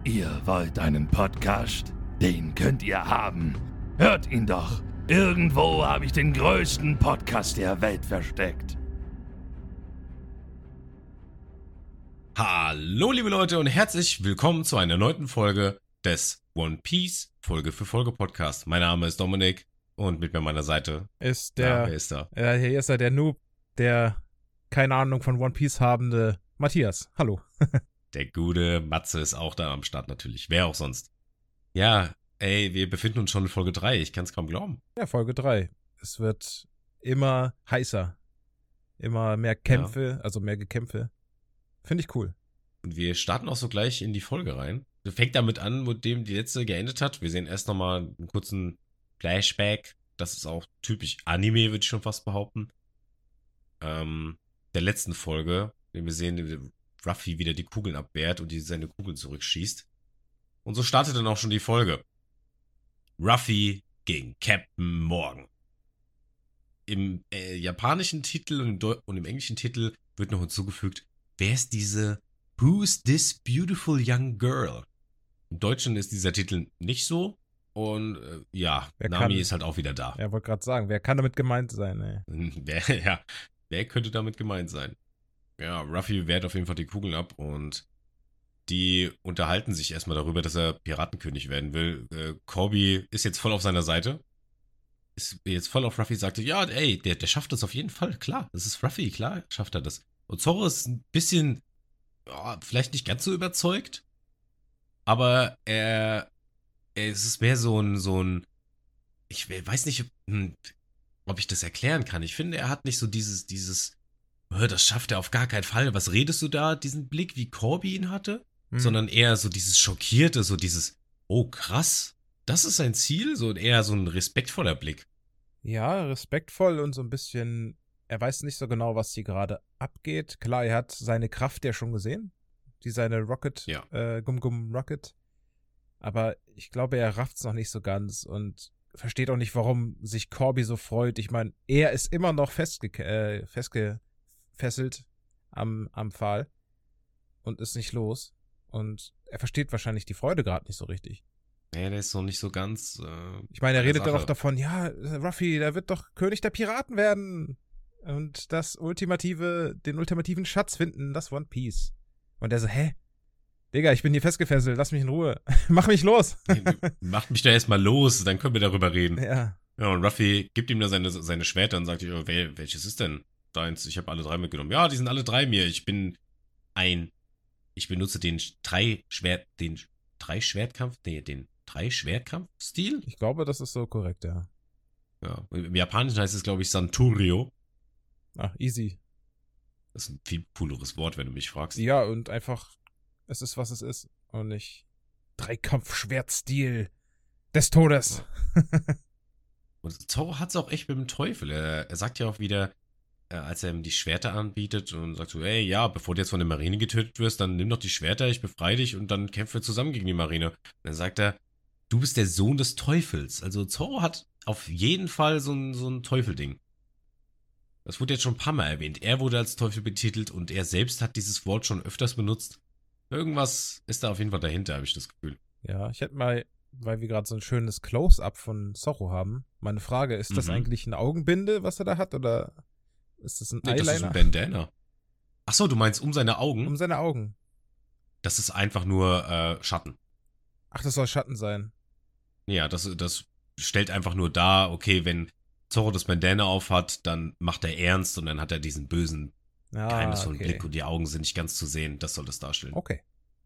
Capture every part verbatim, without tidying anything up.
Ihr wollt einen Podcast? Den könnt ihr haben. Hört ihn doch. Irgendwo habe ich den größten Podcast der Welt versteckt. Hallo liebe Leute und herzlich willkommen zu einer neunten Folge des One Piece Folge für Folge Podcast. Mein Name ist Dominik und mit mir an meiner Seite ist der, ja, wer ist da? Äh, hier ist er, der Noob, der keine Ahnung von One Piece habende Matthias. Hallo. Der gute Matze ist auch da am Start natürlich. Wer auch sonst. Ja, ey, wir befinden uns schon in Folge drei. Ich kann es kaum glauben. Ja, Folge drei. Es wird immer heißer. Immer mehr Kämpfe, ja. also mehr Gekämpfe. Finde ich cool. Und wir starten auch so gleich in die Folge rein. Fängt damit an, mit dem die letzte geendet hat. Wir sehen erst nochmal einen kurzen Flashback. Das ist auch typisch Anime, würde ich schon fast behaupten. Ähm, der letzten Folge, den wir sehen, wie Ruffy wieder die Kugeln abwehrt und die seine Kugeln zurückschießt. Und so startet dann auch schon die Folge. Ruffy gegen Captain Morgan. Im äh, japanischen Titel und im, Deu- und im englischen Titel wird noch hinzugefügt, wer ist diese Who's this beautiful young girl? Im Deutschen ist dieser Titel nicht so. Und äh, ja, wer Nami kann, ist halt auch wieder da. Ja, wollte gerade sagen, wer kann damit gemeint sein, ey? wer, ja, wer könnte damit gemeint sein? Ja, Ruffy wehrt auf jeden Fall die Kugeln ab und die unterhalten sich erstmal darüber, dass er Piratenkönig werden will. Äh, Corby ist jetzt voll auf seiner Seite. Ist jetzt voll auf Ruffy, sagte, ja, ey, der, der schafft das auf jeden Fall, klar. Das ist Ruffy, klar schafft er das. Und Zoro ist ein bisschen, ja, vielleicht nicht ganz so überzeugt, aber er, er es ist mehr so ein, so ein, ich weiß nicht, hm, ob ich das erklären kann. Ich finde, er hat nicht so dieses, dieses, das schafft er auf gar keinen Fall. Was redest du da, diesen Blick, wie Corby ihn hatte? Hm. Sondern eher so dieses Schockierte, so dieses, oh krass, das ist sein Ziel? So eher so ein respektvoller Blick. Ja, respektvoll und so ein bisschen, er weiß nicht so genau, was hier gerade abgeht. Klar, er hat seine Kraft ja schon gesehen, die seine Rocket, ja. äh, Gum Gum Rocket. Aber ich glaube, er rafft's noch nicht so ganz und versteht auch nicht, warum sich Corby so freut. Ich meine, er ist immer noch festge- äh, festgefesselt am, am Pfahl und ist nicht los. Und er versteht wahrscheinlich die Freude gerade nicht so richtig. Nee, der ist noch nicht so ganz. Äh, ich meine, er redet ja doch davon, ja, Ruffy, der wird doch König der Piraten werden. Und das ultimative, den ultimativen Schatz finden, das One Piece. Und er so, hä? Digga, ich bin hier festgefesselt, lass mich in Ruhe. Mach mich los. Macht mich da erstmal los, dann können wir darüber reden. Ja. Ja, und Ruffy gibt ihm da seine, seine Schwerter und sagt, oh, wel, welches ist denn deins? Ich habe alle drei mitgenommen. Ja, die sind alle drei mir. Ich bin ein, ich benutze den drei Schwert, den drei Schwertkampf, nee, den drei Schwertkampf-Stil? Ich glaube, das ist so korrekt, ja. Ja, im Japanischen heißt es, glaube ich, Santurio. Ach, easy. Das ist ein viel cooleres Wort, wenn du mich fragst. Ja, und einfach, es ist, was es ist. Und nicht Dreikampf-Schwertstil des Todes. Ja. Und Zoro hat es auch echt mit dem Teufel. Er, er sagt ja auch wieder, äh, als er ihm die Schwerter anbietet und sagt so, ey, ja, bevor du jetzt von der Marine getötet wirst, dann nimm doch die Schwerter, ich befreie dich und dann kämpfen wir zusammen gegen die Marine. Und dann sagt er, du bist der Sohn des Teufels. Also Zoro hat auf jeden Fall so ein, so ein Teufelding. Das wurde jetzt schon ein paar Mal erwähnt. Er wurde als Teufel betitelt und er selbst hat dieses Wort schon öfters benutzt. Irgendwas ist da auf jeden Fall dahinter, habe ich das Gefühl. Ja, ich hätte mal, weil wir gerade so ein schönes Close-Up von Zorro haben, meine Frage, ist das mhm. eigentlich eine Augenbinde, was er da hat, oder ist das ein nee, Eyeliner? Das ist ein Bandana. Achso, du meinst um seine Augen? Um seine Augen. Das ist einfach nur äh, Schatten. Ach, das soll Schatten sein. Ja, das, das stellt einfach nur dar, okay, wenn Zorro das Bandana aufhat, dann macht er ernst und dann hat er diesen bösen, ah, geheimnisvollen okay. Blick und die Augen sind nicht ganz zu sehen. Das soll das darstellen. Okay.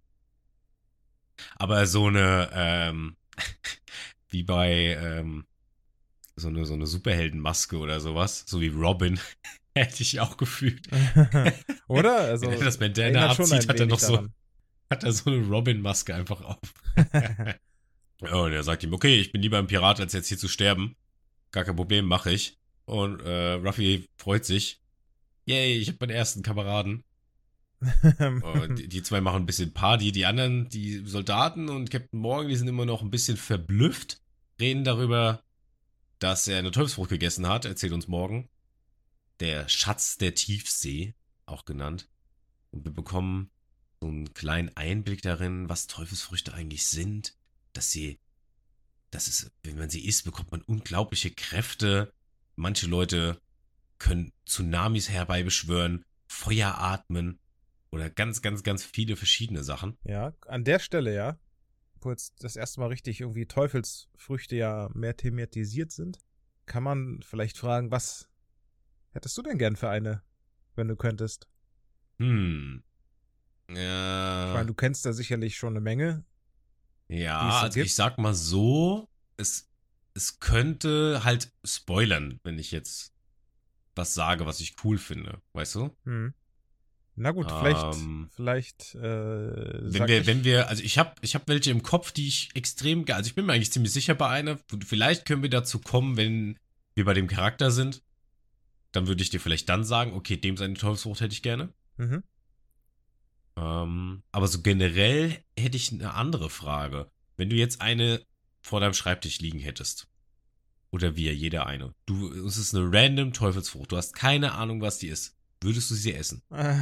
Aber so eine, ähm, wie bei, ähm, so eine, so eine Superheldenmaske oder sowas, so wie Robin, hätte ich auch gefühlt. Oder? Also, wenn er das Bandana abzieht, hat er noch so, hat er so eine Robin-Maske einfach auf. Und er sagt ihm, okay, ich bin lieber ein Pirat, als jetzt hier zu sterben. Gar kein Problem, mache ich. Und äh, Ruffy freut sich. Yay, ich habe meinen ersten Kameraden. Und die, die zwei machen ein bisschen Party. Die anderen, die Soldaten und Captain Morgan, die sind immer noch ein bisschen verblüfft. Reden darüber, dass er eine Teufelsfrucht gegessen hat, erzählt uns Morgan. Der Schatz der Tiefsee, auch genannt. Und wir bekommen so einen kleinen Einblick darin, was Teufelsfrüchte eigentlich sind, dass sie, dass es, wenn man sie isst, bekommt man unglaubliche Kräfte. Manche Leute können Tsunamis herbeibeschwören, Feuer atmen oder ganz, ganz, ganz viele verschiedene Sachen. Ja, an der Stelle, ja, wo jetzt das erste Mal richtig irgendwie Teufelsfrüchte ja mehr thematisiert sind, kann man vielleicht fragen, was hättest du denn gern für eine, wenn du könntest? Hm. Ich Ja. meine, du kennst da sicherlich schon eine Menge. die es Ja, so also gibt. ich sag mal so, es, es könnte halt spoilern, wenn ich jetzt was sage, was ich cool finde, weißt du? Hm. Na gut, vielleicht, Ähm, vielleicht, äh, Wenn sag wir, ich, wenn wir, also ich habe ich hab welche im Kopf, die ich extrem, ge- also ich bin mir eigentlich ziemlich sicher bei einer. Vielleicht können wir dazu kommen, wenn wir bei dem Charakter sind. Dann würde ich dir vielleicht dann sagen, okay, dem seine Teufelsfrucht hätte ich gerne. mhm. Ähm, aber so generell hätte ich eine andere Frage. Wenn du jetzt eine vor deinem Schreibtisch liegen hättest, oder wir, jeder eine, du, es ist eine random Teufelsfrucht, du hast keine Ahnung, was die ist, würdest du sie essen? Äh,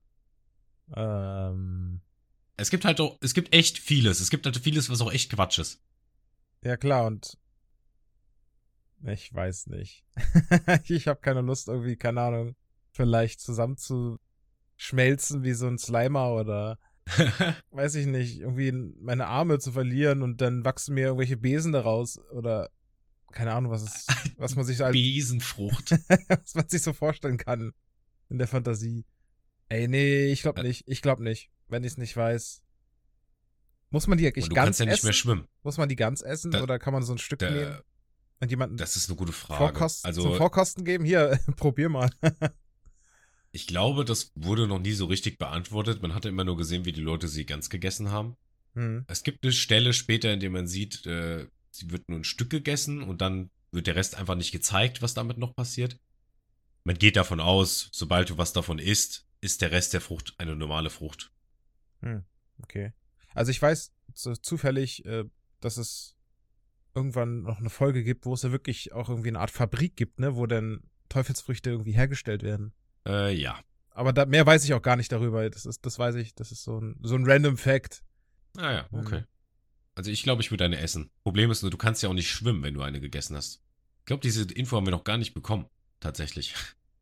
ähm, Es gibt halt auch, es gibt echt vieles. Es gibt halt vieles, was auch echt Quatsch ist. ja klar, und ich weiß nicht. Ich habe keine Lust, irgendwie, keine Ahnung, vielleicht zusammenzuschmelzen wie so ein Slimer oder weiß ich nicht, irgendwie meine Arme zu verlieren und dann wachsen mir irgendwelche Besen daraus oder keine Ahnung, was es, was man sich so als, Besenfrucht. was man sich so vorstellen kann in der Fantasie. Ey, nee, ich glaube nicht. Ich glaube nicht, wenn ich es nicht weiß. Muss man die eigentlich Und du ganz kannst ja nicht essen? mehr schwimmen. Muss man die ganz essen Da- oder kann man so ein Stück Da, nehmen und jemanden das ist eine gute Frage. Vorkost, zum Also, Vorkosten geben? Hier, probier mal. ich glaube, das wurde noch nie so richtig beantwortet. Man hatte immer nur gesehen, wie die Leute sie ganz gegessen haben. Hm. Es gibt eine Stelle später, in der man sieht, äh, sie wird nur ein Stück gegessen und dann wird der Rest einfach nicht gezeigt, was damit noch passiert. Man geht davon aus, sobald du was davon isst, ist der Rest der Frucht eine normale Frucht. Hm. Okay. Also ich weiß so zufällig, äh, dass es irgendwann noch eine Folge gibt, wo es ja wirklich auch irgendwie eine Art Fabrik gibt, ne, wo dann Teufelsfrüchte irgendwie hergestellt werden. Äh, ja. Aber da, mehr weiß ich auch gar nicht darüber. Das ist, das weiß ich, das ist so ein, so ein random Fact. Ah ja, okay. Mhm. Also ich glaube, ich würde eine essen. Problem ist nur, du kannst ja auch nicht schwimmen, wenn du eine gegessen hast. Ich glaube, diese Info haben wir noch gar nicht bekommen. Tatsächlich.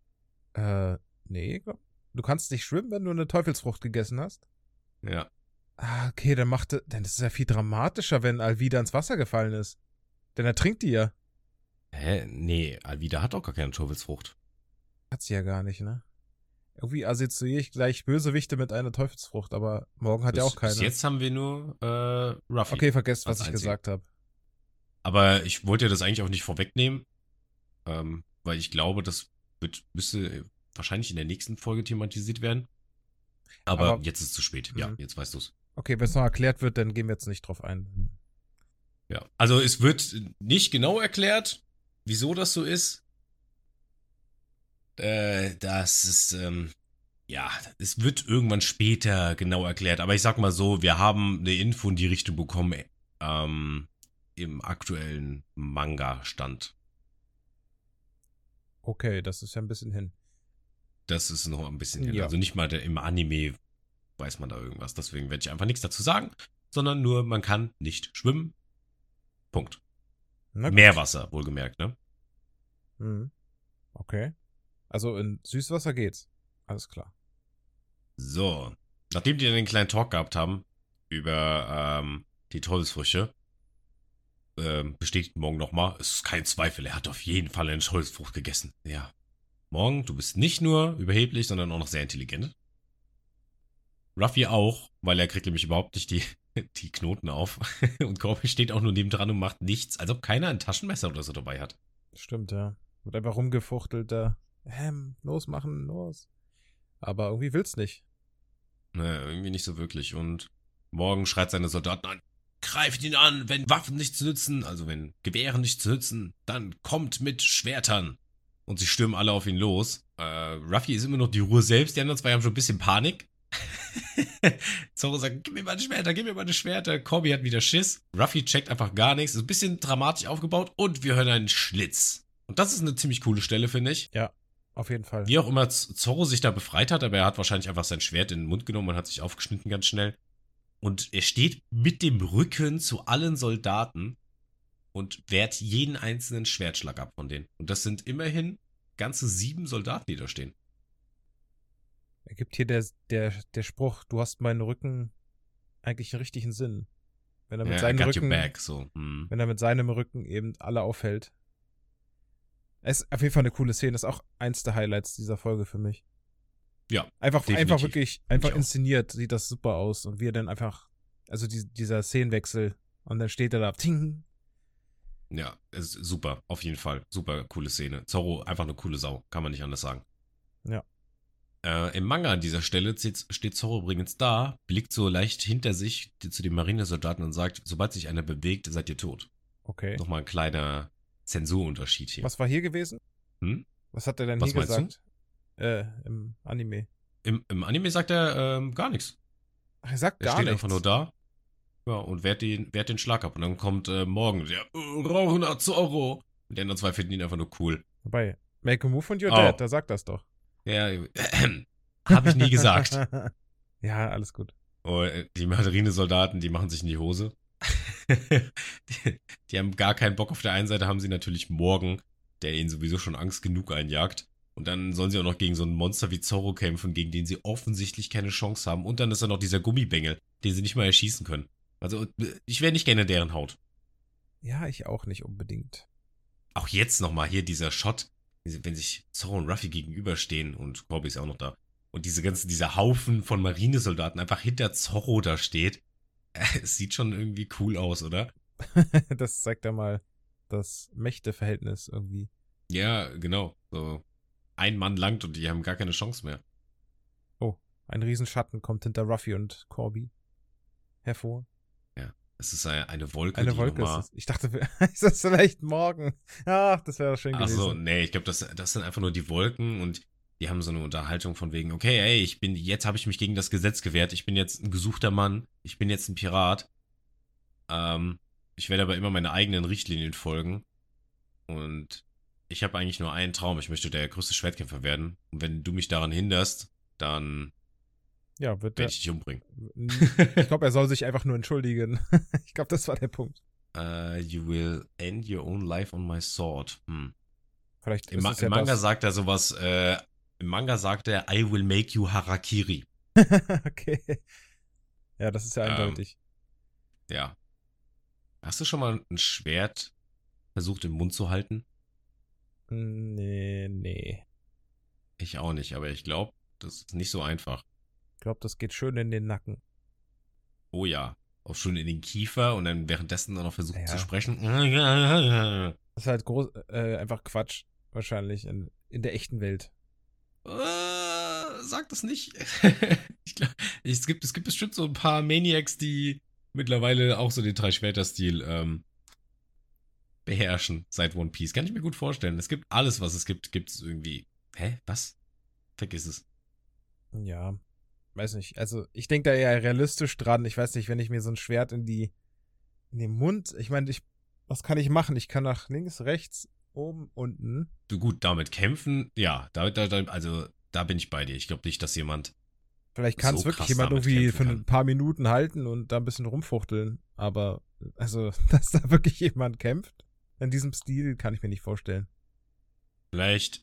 Äh, nee, glaub- du kannst nicht schwimmen, wenn du eine Teufelsfrucht gegessen hast. Ja. Ah, okay, dann macht, dann ist es ja viel dramatischer, wenn Alvida ins Wasser gefallen ist. Denn er trinkt die ja. Hä? Nee, Alvida hat auch gar keine Teufelsfrucht. Hat sie ja gar nicht, ne? Irgendwie assoziiere ich gleich Bösewichte mit einer Teufelsfrucht, aber morgen hat bis, er auch keine. Bis jetzt haben wir nur äh, Ruffy. Okay, vergesst, was als ich einzige. gesagt habe. Aber ich wollte ja das eigentlich auch nicht vorwegnehmen, ähm, weil ich glaube, das wird, müsste wahrscheinlich in der nächsten Folge thematisiert werden. Aber, Aber- jetzt ist es zu spät. Ja, Mhm. jetzt weißt du es. Okay, wenn es noch erklärt wird, dann gehen wir jetzt nicht drauf ein. Ja. Also es wird nicht genau erklärt, wieso das so ist. Äh, das ist, ähm, ja, es wird irgendwann später genau erklärt. Aber ich sag mal so, wir haben eine Info in die Richtung bekommen, ähm, im aktuellen Manga-Stand. Okay, das ist ja ein bisschen hin. Das ist noch ein bisschen hin. Ja. Also nicht mal der, im Anime weiß man da irgendwas. Deswegen werde ich einfach nichts dazu sagen, sondern nur, man kann nicht schwimmen. Punkt. Na gut. Meerwasser, wohlgemerkt, ne? Mhm. Okay. Also in Süßwasser geht's. Alles klar. So. Nachdem die dann den kleinen Talk gehabt haben über ähm, die Teufelsfrüchte, ähm, bestätigt Morgen nochmal, es ist kein Zweifel, er hat auf jeden Fall eine Teufelsfrucht gegessen. Ja. Morgen, du bist nicht nur überheblich, sondern auch noch sehr intelligent. Ruffy auch, weil er kriegt nämlich überhaupt nicht die, die Knoten auf. Und Corbin steht auch nur nebendran und macht nichts, als ob keiner ein Taschenmesser oder so dabei hat. Stimmt, ja. Wird einfach rumgefuchtelt da. Ähm, losmachen, los. Aber irgendwie will's nicht. Naja, irgendwie nicht so wirklich. Und Morgen schreit seine Soldaten an, greift ihn an, wenn Waffen nichts nützen, also wenn Gewehre nichts nützen, dann kommt mit Schwertern. Und sie stürmen alle auf ihn los. Äh, Ruffy ist immer noch die Ruhe selbst, die anderen zwei haben schon ein bisschen Panik. Zoro sagt, gib mir meine Schwerter, gib mir meine Schwerter. Corby hat wieder Schiss. Ruffy checkt einfach gar nichts, ist ein bisschen dramatisch aufgebaut und wir hören einen Schlitz. Und das ist eine ziemlich coole Stelle, finde ich. Auf Auf jeden Fall. Wie auch immer Zorro sich da befreit hat, aber er hat wahrscheinlich einfach sein Schwert in den Mund genommen und hat sich aufgeschnitten ganz schnell. Und er steht mit dem Rücken zu allen Soldaten und wehrt jeden einzelnen Schwertschlag ab von denen. Und das sind immerhin ganze sieben Soldaten, die da stehen. Er gibt hier der, der, der Spruch, du hast meinen Rücken eigentlich einen richtigen Sinn. Wenn er mit Ja, I seinem got Rücken, your back, so. Hm. wenn er mit seinem Rücken eben alle aufhält. Es ist auf jeden Fall eine coole Szene, ist auch eins der Highlights dieser Folge für mich. Ja, Einfach, definitiv. einfach wirklich, einfach Ich auch. inszeniert, sieht das super aus. Und wie er dann einfach, also die, dieser Szenenwechsel, und dann steht er da, ting. Ja, es ist super, auf jeden Fall. Super coole Szene. Zorro, einfach eine coole Sau, kann man nicht anders sagen. Ja. Äh, Im Manga an dieser Stelle steht, steht Zorro übrigens da, blickt so leicht hinter sich zu den Marinesoldaten und sagt, sobald sich einer bewegt, seid ihr tot. Okay. Nochmal ein kleiner Zensurunterschied hier. Was war hier gewesen? Hm? Was hat er denn Was hier meinst du? gesagt? Äh, im Anime. Im, Im Anime sagt er ähm, gar nichts. Ach, er sagt Er gar steht nichts. einfach nur da. Ja, und wehrt den, wehrt den Schlag ab. Und dann kommt äh, morgen der äh, Rauchender Zorro. Und die anderen zwei finden ihn einfach nur cool. Wobei, make a move und you're Oh. dead, da sagt das doch. Ja, äh, habe ich nie gesagt. Ja, alles gut. Oh, äh, die Marinesoldaten, die machen sich in die Hose. die, die haben gar keinen Bock. Auf der einen Seite haben sie natürlich Morgen, der ihnen sowieso schon Angst genug einjagt. Und dann sollen sie auch noch gegen so ein Monster wie Zorro kämpfen, gegen den sie offensichtlich keine Chance haben. Und dann ist da noch dieser Gummibengel, den sie nicht mal erschießen können. Also, ich wäre nicht gerne in deren Haut. Ja, ich auch nicht unbedingt. Auch jetzt nochmal hier dieser Shot, wenn sich Zorro und Ruffy gegenüberstehen und Corby ist ja auch noch da. Und diese ganze, dieser Haufen von Marinesoldaten einfach hinter Zorro da steht. Es sieht schon irgendwie cool aus, oder? Das zeigt ja mal das Mächteverhältnis irgendwie. Ja, genau. So ein Mann langt und die haben gar keine Chance mehr. Ein Riesenschatten kommt hinter Ruffy und Corby hervor. Es ist eine, eine Wolke, Eine die Wolke nochmal... ist es. Ich dachte, ist das vielleicht morgen? Ach, das wäre schön gewesen. Achso, nee, ich glaube, das, das sind einfach nur die Wolken und die haben so eine Unterhaltung von wegen, okay, ey, ich bin, jetzt habe ich mich gegen das Gesetz gewehrt, ich bin jetzt ein gesuchter Mann, ich bin jetzt ein Pirat. Ähm, ich werde aber immer meine eigenen Richtlinien folgen. Und ich habe eigentlich nur einen Traum, ich möchte der größte Schwertkämpfer werden. Und wenn du mich daran hinderst, dann Ja, wird werde der. ich dich umbringen. Ich glaube, er soll sich einfach nur entschuldigen. Ich glaube, das war der Punkt. Uh, you will end your own life on my sword. Hm. Vielleicht Im, ist Ma es ja im Manga das. sagt er sowas, äh, im Manga sagt er, I will make you Harakiri. Okay. Ja, das ist ja Ähm, eindeutig. Ja. Hast du schon mal ein Schwert versucht im Mund zu halten? Nee, nee. Ich auch nicht, aber ich glaube, das ist nicht so einfach. Ich glaube, das geht schön in den Nacken. Oh ja. Auch schon in den Kiefer und dann währenddessen dann noch versuchen Ja. zu sprechen. Das ist halt groß, äh, einfach Quatsch. Wahrscheinlich in, in der echten Welt. Äh, sag das nicht. ich glaub, es, gibt, es gibt bestimmt so ein paar Maniacs, die mittlerweile auch so den Drei-Schwerter-Stil ähm, beherrschen seit One Piece. Kann ich mir gut vorstellen. Es gibt alles, was es gibt, gibt es irgendwie. Hä? Was? Vergiss es. Ja, weiß nicht. Also, ich denke da eher realistisch dran. Ich weiß nicht, wenn ich mir so ein Schwert in die in den Mund, ich meine, ich, was kann ich machen? Ich kann nach links, rechts, oben, unten. Du, gut, damit kämpfen, ja, da, da, da, also da bin ich bei dir. Ich glaube nicht, dass jemand. Vielleicht kann es So wirklich krass jemand damit irgendwie kämpfen für kann. ein paar Minuten halten und da ein bisschen rumfuchteln. Aber, also, dass da wirklich jemand kämpft, in diesem Stil, kann ich mir nicht vorstellen. Vielleicht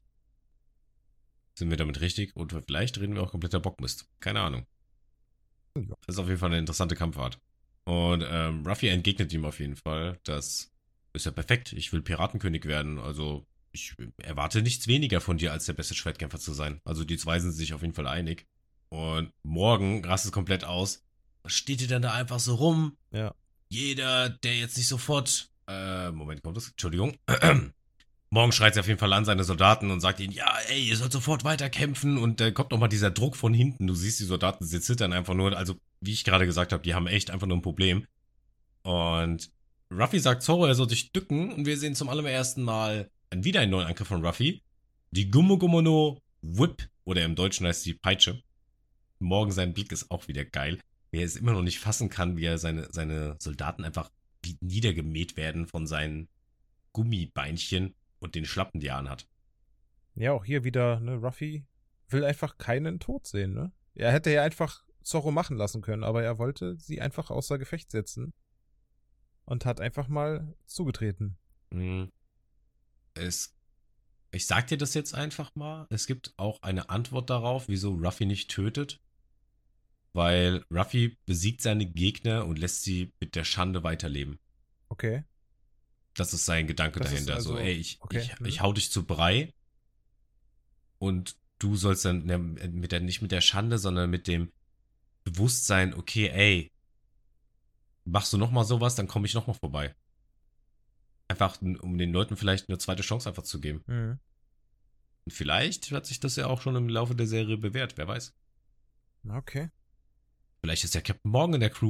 sind wir damit richtig und vielleicht reden wir auch kompletter Bockmist. Keine Ahnung. Ja. Das ist auf jeden Fall eine interessante Kampfart. Und ähm, Ruffy entgegnet ihm auf jeden Fall, das ist ja perfekt. Ich will Piratenkönig werden. Also ich erwarte nichts weniger von dir, als der beste Schwertkämpfer zu sein. Also die zwei sind sich auf jeden Fall einig. Und morgen rastet es komplett aus. Was steht ihr denn da einfach so rum? Ja. Jeder, der jetzt nicht sofort... Äh, Moment, kommt das? Entschuldigung. Morgen schreit sie auf jeden Fall an seine Soldaten und sagt ihnen, ja, ey, ihr sollt sofort weiter kämpfen. Und da kommt nochmal dieser Druck von hinten. Du siehst, die Soldaten, sie zittern einfach nur. Also, wie ich gerade gesagt habe, die haben echt einfach nur ein Problem. Und Ruffy sagt Zorro, er soll sich dücken. Und wir sehen zum allerersten Mal wieder einen neuen Angriff von Ruffy. Die Gummo Gummo no Whip. Oder im Deutschen heißt die Peitsche. Morgen sein Blick ist auch wieder geil. Wie er es immer noch nicht fassen kann, wie er seine, seine Soldaten einfach wie niedergemäht werden von seinen Gummibeinchen und den Schlappen, die er anhat. Ja, auch hier wieder, ne, Ruffy will einfach keinen Tod sehen, ne? Er hätte ja einfach Zorro machen lassen können, aber er wollte sie einfach außer Gefecht setzen und hat einfach mal zugetreten. Mhm. Es, ich sag dir das jetzt einfach mal. Es gibt auch eine Antwort darauf, wieso Ruffy nicht tötet. Weil Ruffy besiegt seine Gegner und lässt sie mit der Schande weiterleben. Okay. Das ist sein Gedanke Das ist dahinter. also- so, ey, ich, okay, ich, mhm. ich hau dich zu Brei und du sollst dann ne, mit der, nicht mit der Schande, sondern mit dem Bewusstsein, okay, ey, machst du nochmal sowas, dann komme ich nochmal vorbei. Einfach, um den Leuten vielleicht eine zweite Chance einfach zu geben. Mhm. Und vielleicht hat sich das ja auch schon im Laufe der Serie bewährt, wer weiß. Okay. Vielleicht ist ja Captain Morgan in der Crew.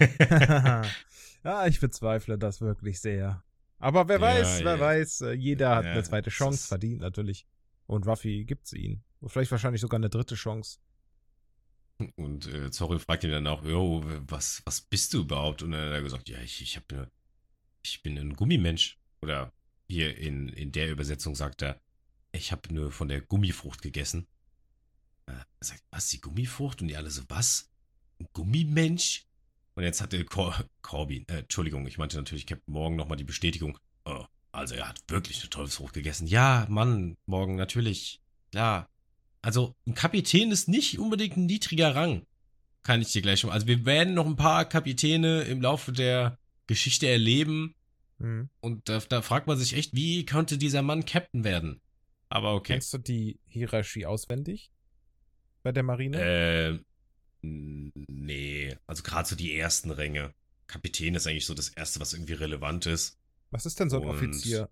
Ja, ich bezweifle das wirklich sehr. Aber wer Ja, weiß, wer ja. weiß, äh, jeder hat Ja, eine zweite das Chance ist- verdient natürlich. Und Ruffy gibt sie ihnen. Und vielleicht wahrscheinlich sogar eine dritte Chance. Und äh, Zorro fragt ihn dann auch, jo, was, was bist du überhaupt? Und dann hat er gesagt, ja, ich, ich, hab ne, ich bin ein Gummimensch. Oder hier in, in der Übersetzung sagt er, ich habe nur von der Gummifrucht gegessen. Äh, Er sagt, was, die Gummifrucht? Und die alle so, was? Ein Gummimensch? Und jetzt hatte Cor Corby, äh, Entschuldigung, ich meinte natürlich Captain Morgan nochmal die Bestätigung. Oh, also er hat wirklich eine Teufelsfrucht gegessen. Ja, Mann, Morgan, natürlich. Klar. Also, ein Kapitän ist nicht unbedingt ein niedriger Rang. Kann ich dir gleich schon. Also, wir werden noch ein paar Kapitäne im Laufe der Geschichte erleben. Mhm. Und da, da fragt man sich echt, wie konnte dieser Mann Captain werden? Aber okay. Kennst du die Hierarchie auswendig? Bei der Marine? Äh, nee. Also, gerade so die ersten Ränge. Kapitän ist eigentlich so das Erste, was irgendwie relevant ist. Was ist denn so ein und- Offizier?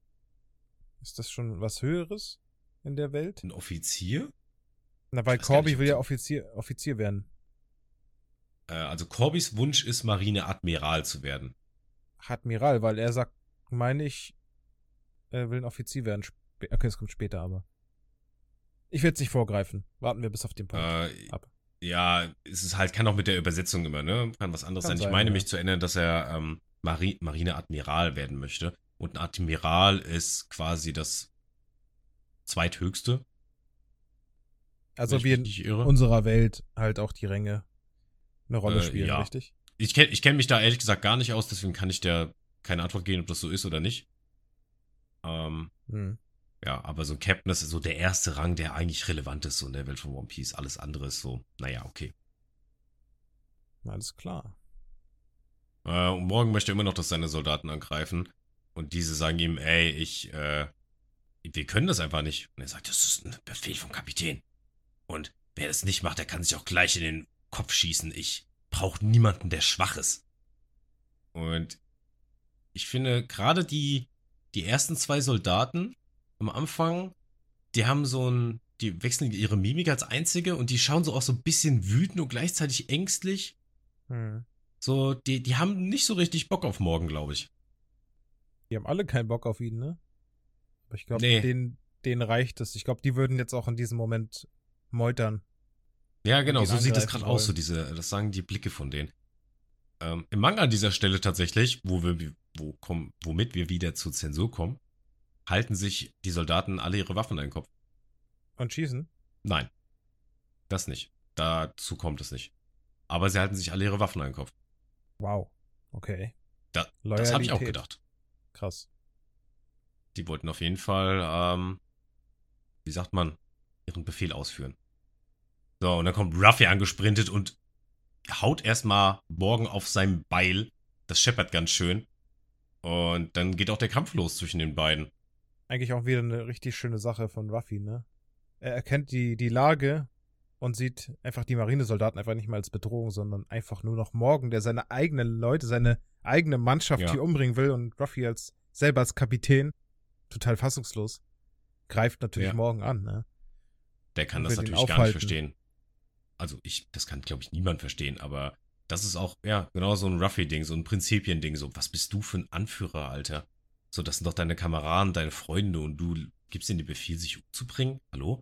Ist das schon was Höheres in der Welt? Ein Offizier? Na, weil Ich weiß gar Corby nicht, ob will ja so- Offizier, Offizier werden. Äh, also, Corbys Wunsch ist, Marineadmiral zu werden. Admiral, weil er sagt, meine ich, er will ein Offizier werden. Spä- Okay, es kommt später, aber. Ich will jetzt nicht vorgreifen. Warten wir bis auf den Punkt. Äh, ab. Ja, es ist halt, kann auch mit der Übersetzung immer, ne? Kann was anderes Kann sein. Ich sein, meine ja. mich zu erinnern, dass er ähm, Mari Marineadmiral werden möchte. Und ein Admiral ist quasi das zweithöchste. Also wenn wie ich in mich nicht irre. unserer Welt halt auch die Ränge eine Rolle Äh, spielen, ja. richtig? Ich kenne ich kenn mich da ehrlich gesagt gar nicht aus, deswegen kann ich dir keine Antwort geben, ob das so ist oder nicht. Ähm, Hm. ja, aber so ein Captain, das ist so der erste Rang, der eigentlich relevant ist so in der Welt von One Piece. Alles andere ist so, naja, okay. Alles klar. Äh, und morgen möchte er immer noch, dass seine Soldaten angreifen. Und diese sagen ihm, ey, ich, äh, wir können das einfach nicht. Und er sagt, das ist ein Befehl vom Kapitän. Und wer das nicht macht, der kann sich auch gleich in den Kopf schießen. Ich brauche niemanden, der schwach ist. Und ich finde, gerade die, die ersten zwei Soldaten am Anfang, die haben so ein, die wechseln ihre Mimik als einzige und die schauen so auch so ein bisschen wütend und gleichzeitig ängstlich. Hm. So, die, die haben nicht so richtig Bock auf morgen, glaube ich. Die haben alle keinen Bock auf ihn, ne? Aber ich glaube, Nee. denen, denen reicht es. Ich glaube, die würden jetzt auch in diesem Moment meutern. Ja, genau, ihn so sieht das angreifen gerade aus, so wollen. diese, das sagen die Blicke von denen. Ähm, Im Manga an dieser Stelle tatsächlich, wo wir, wo kommen, womit wir wieder zur Zensur kommen, halten sich die Soldaten alle ihre Waffen an den Kopf. Und schießen? Nein, das nicht. Dazu kommt es nicht. Aber sie halten sich alle ihre Waffen an den Kopf. Wow. Okay. Da, das habe ich auch Loyalität. gedacht. Krass. Die wollten auf jeden Fall, ähm, wie sagt man, ihren Befehl ausführen. So, und dann kommt Ruffy angesprintet und haut erstmal Morgan auf seinem Beil. Das scheppert ganz schön. Und dann geht auch der Kampf los zwischen den beiden. Eigentlich auch wieder eine richtig schöne Sache von Ruffy, ne? Er erkennt die, die Lage und sieht einfach die Marinesoldaten einfach nicht mehr als Bedrohung, sondern einfach nur noch Morgan, der seine eigenen Leute, seine eigene Mannschaft Ja. hier umbringen will und Ruffy als selber als Kapitän, total fassungslos, greift natürlich Ja. Morgan an, ne? Der kann Und das will ihn natürlich gar nicht aufhalten. verstehen. Also ich, das kann, glaube ich, niemand verstehen, aber das ist auch, ja, genau so ein Ruffy-Ding, so ein Prinzipien-Ding. So, was bist du für ein Anführer, Alter? So, das sind doch deine Kameraden, deine Freunde und du gibst ihnen den Befehl, sich umzubringen? Hallo?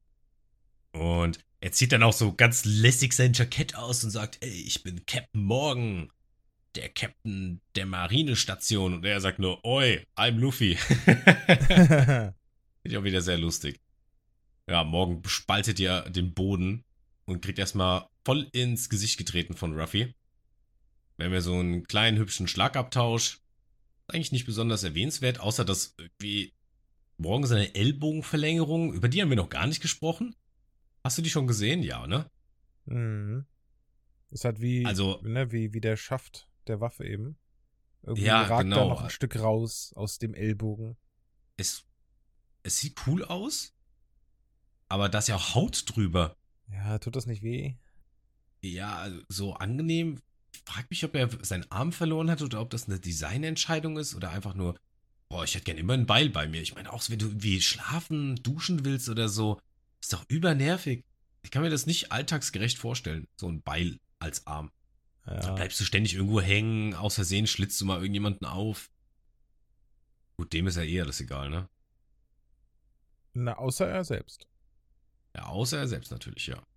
Und er zieht dann auch so ganz lässig sein Jackett aus und sagt, ey, ich bin Captain Morgan, der Captain der Marinestation. Und er sagt nur, oi, I'm Luffy. ich auch wieder sehr lustig. Ja, morgen spaltet ihr den Boden und kriegt erstmal voll ins Gesicht getreten von Ruffy. Wir haben ja so einen kleinen, hübschen Schlagabtausch. Eigentlich nicht besonders erwähnenswert, außer dass irgendwie morgen seine Ellbogenverlängerung, über die haben wir noch gar nicht gesprochen. Hast du die schon gesehen? Ja, ne? Mhm. Ist halt wie, Also, ne, wie, wie der Schaft der Waffe eben. Irgendwie ja, ragt da genau. noch ein Stück raus aus dem Ellbogen. Es, es sieht cool aus, aber da ist ja auch Haut drüber. Ja, tut das nicht weh? Ja, also so angenehm. Ich frage mich, ob er seinen Arm verloren hat oder ob das eine Designentscheidung ist oder einfach nur, boah, ich hätte gern immer ein Beil bei mir. Ich meine, auch wenn du irgendwie schlafen, duschen willst oder so, ist doch übernervig. Ich kann mir das nicht alltagsgerecht vorstellen, so ein Beil als Arm. Ja. Dann bleibst du ständig irgendwo hängen, aus Versehen schlitzt du mal irgendjemanden auf. Gut, dem ist ja eher das egal, ne? Na, außer er selbst. Ja, außer er selbst natürlich, ja.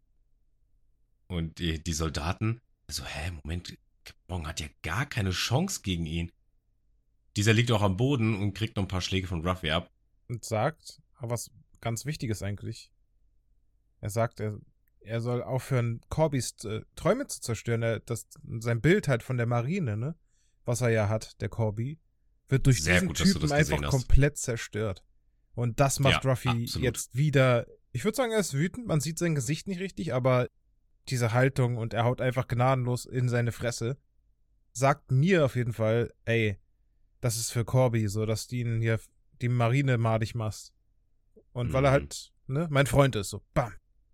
Und die, die Soldaten, also, hä, Moment, Morgan hat ja gar keine Chance gegen ihn. Dieser liegt auch am Boden und kriegt noch ein paar Schläge von Ruffy ab. Und sagt, aber was ganz Wichtiges eigentlich. Er sagt, er, er soll aufhören, Corbys äh, Träume zu zerstören. Er, das, sein Bild halt von der Marine, ne? Was er ja hat, der Corby, wird durch Sehr diesen gut, dass du Typen das gesehen einfach hast. komplett zerstört. Und das macht Ja, Ruffy absolut. jetzt wieder. Ich würde sagen, er ist wütend, man sieht sein Gesicht nicht richtig, aber diese Haltung und er haut einfach gnadenlos in seine Fresse. Sagt mir auf jeden Fall, ey, das ist für Corby, so dass du ihn hier die Marine madig machst. Und weil er Mhm. halt, ne, mein Freund ist, so, bam.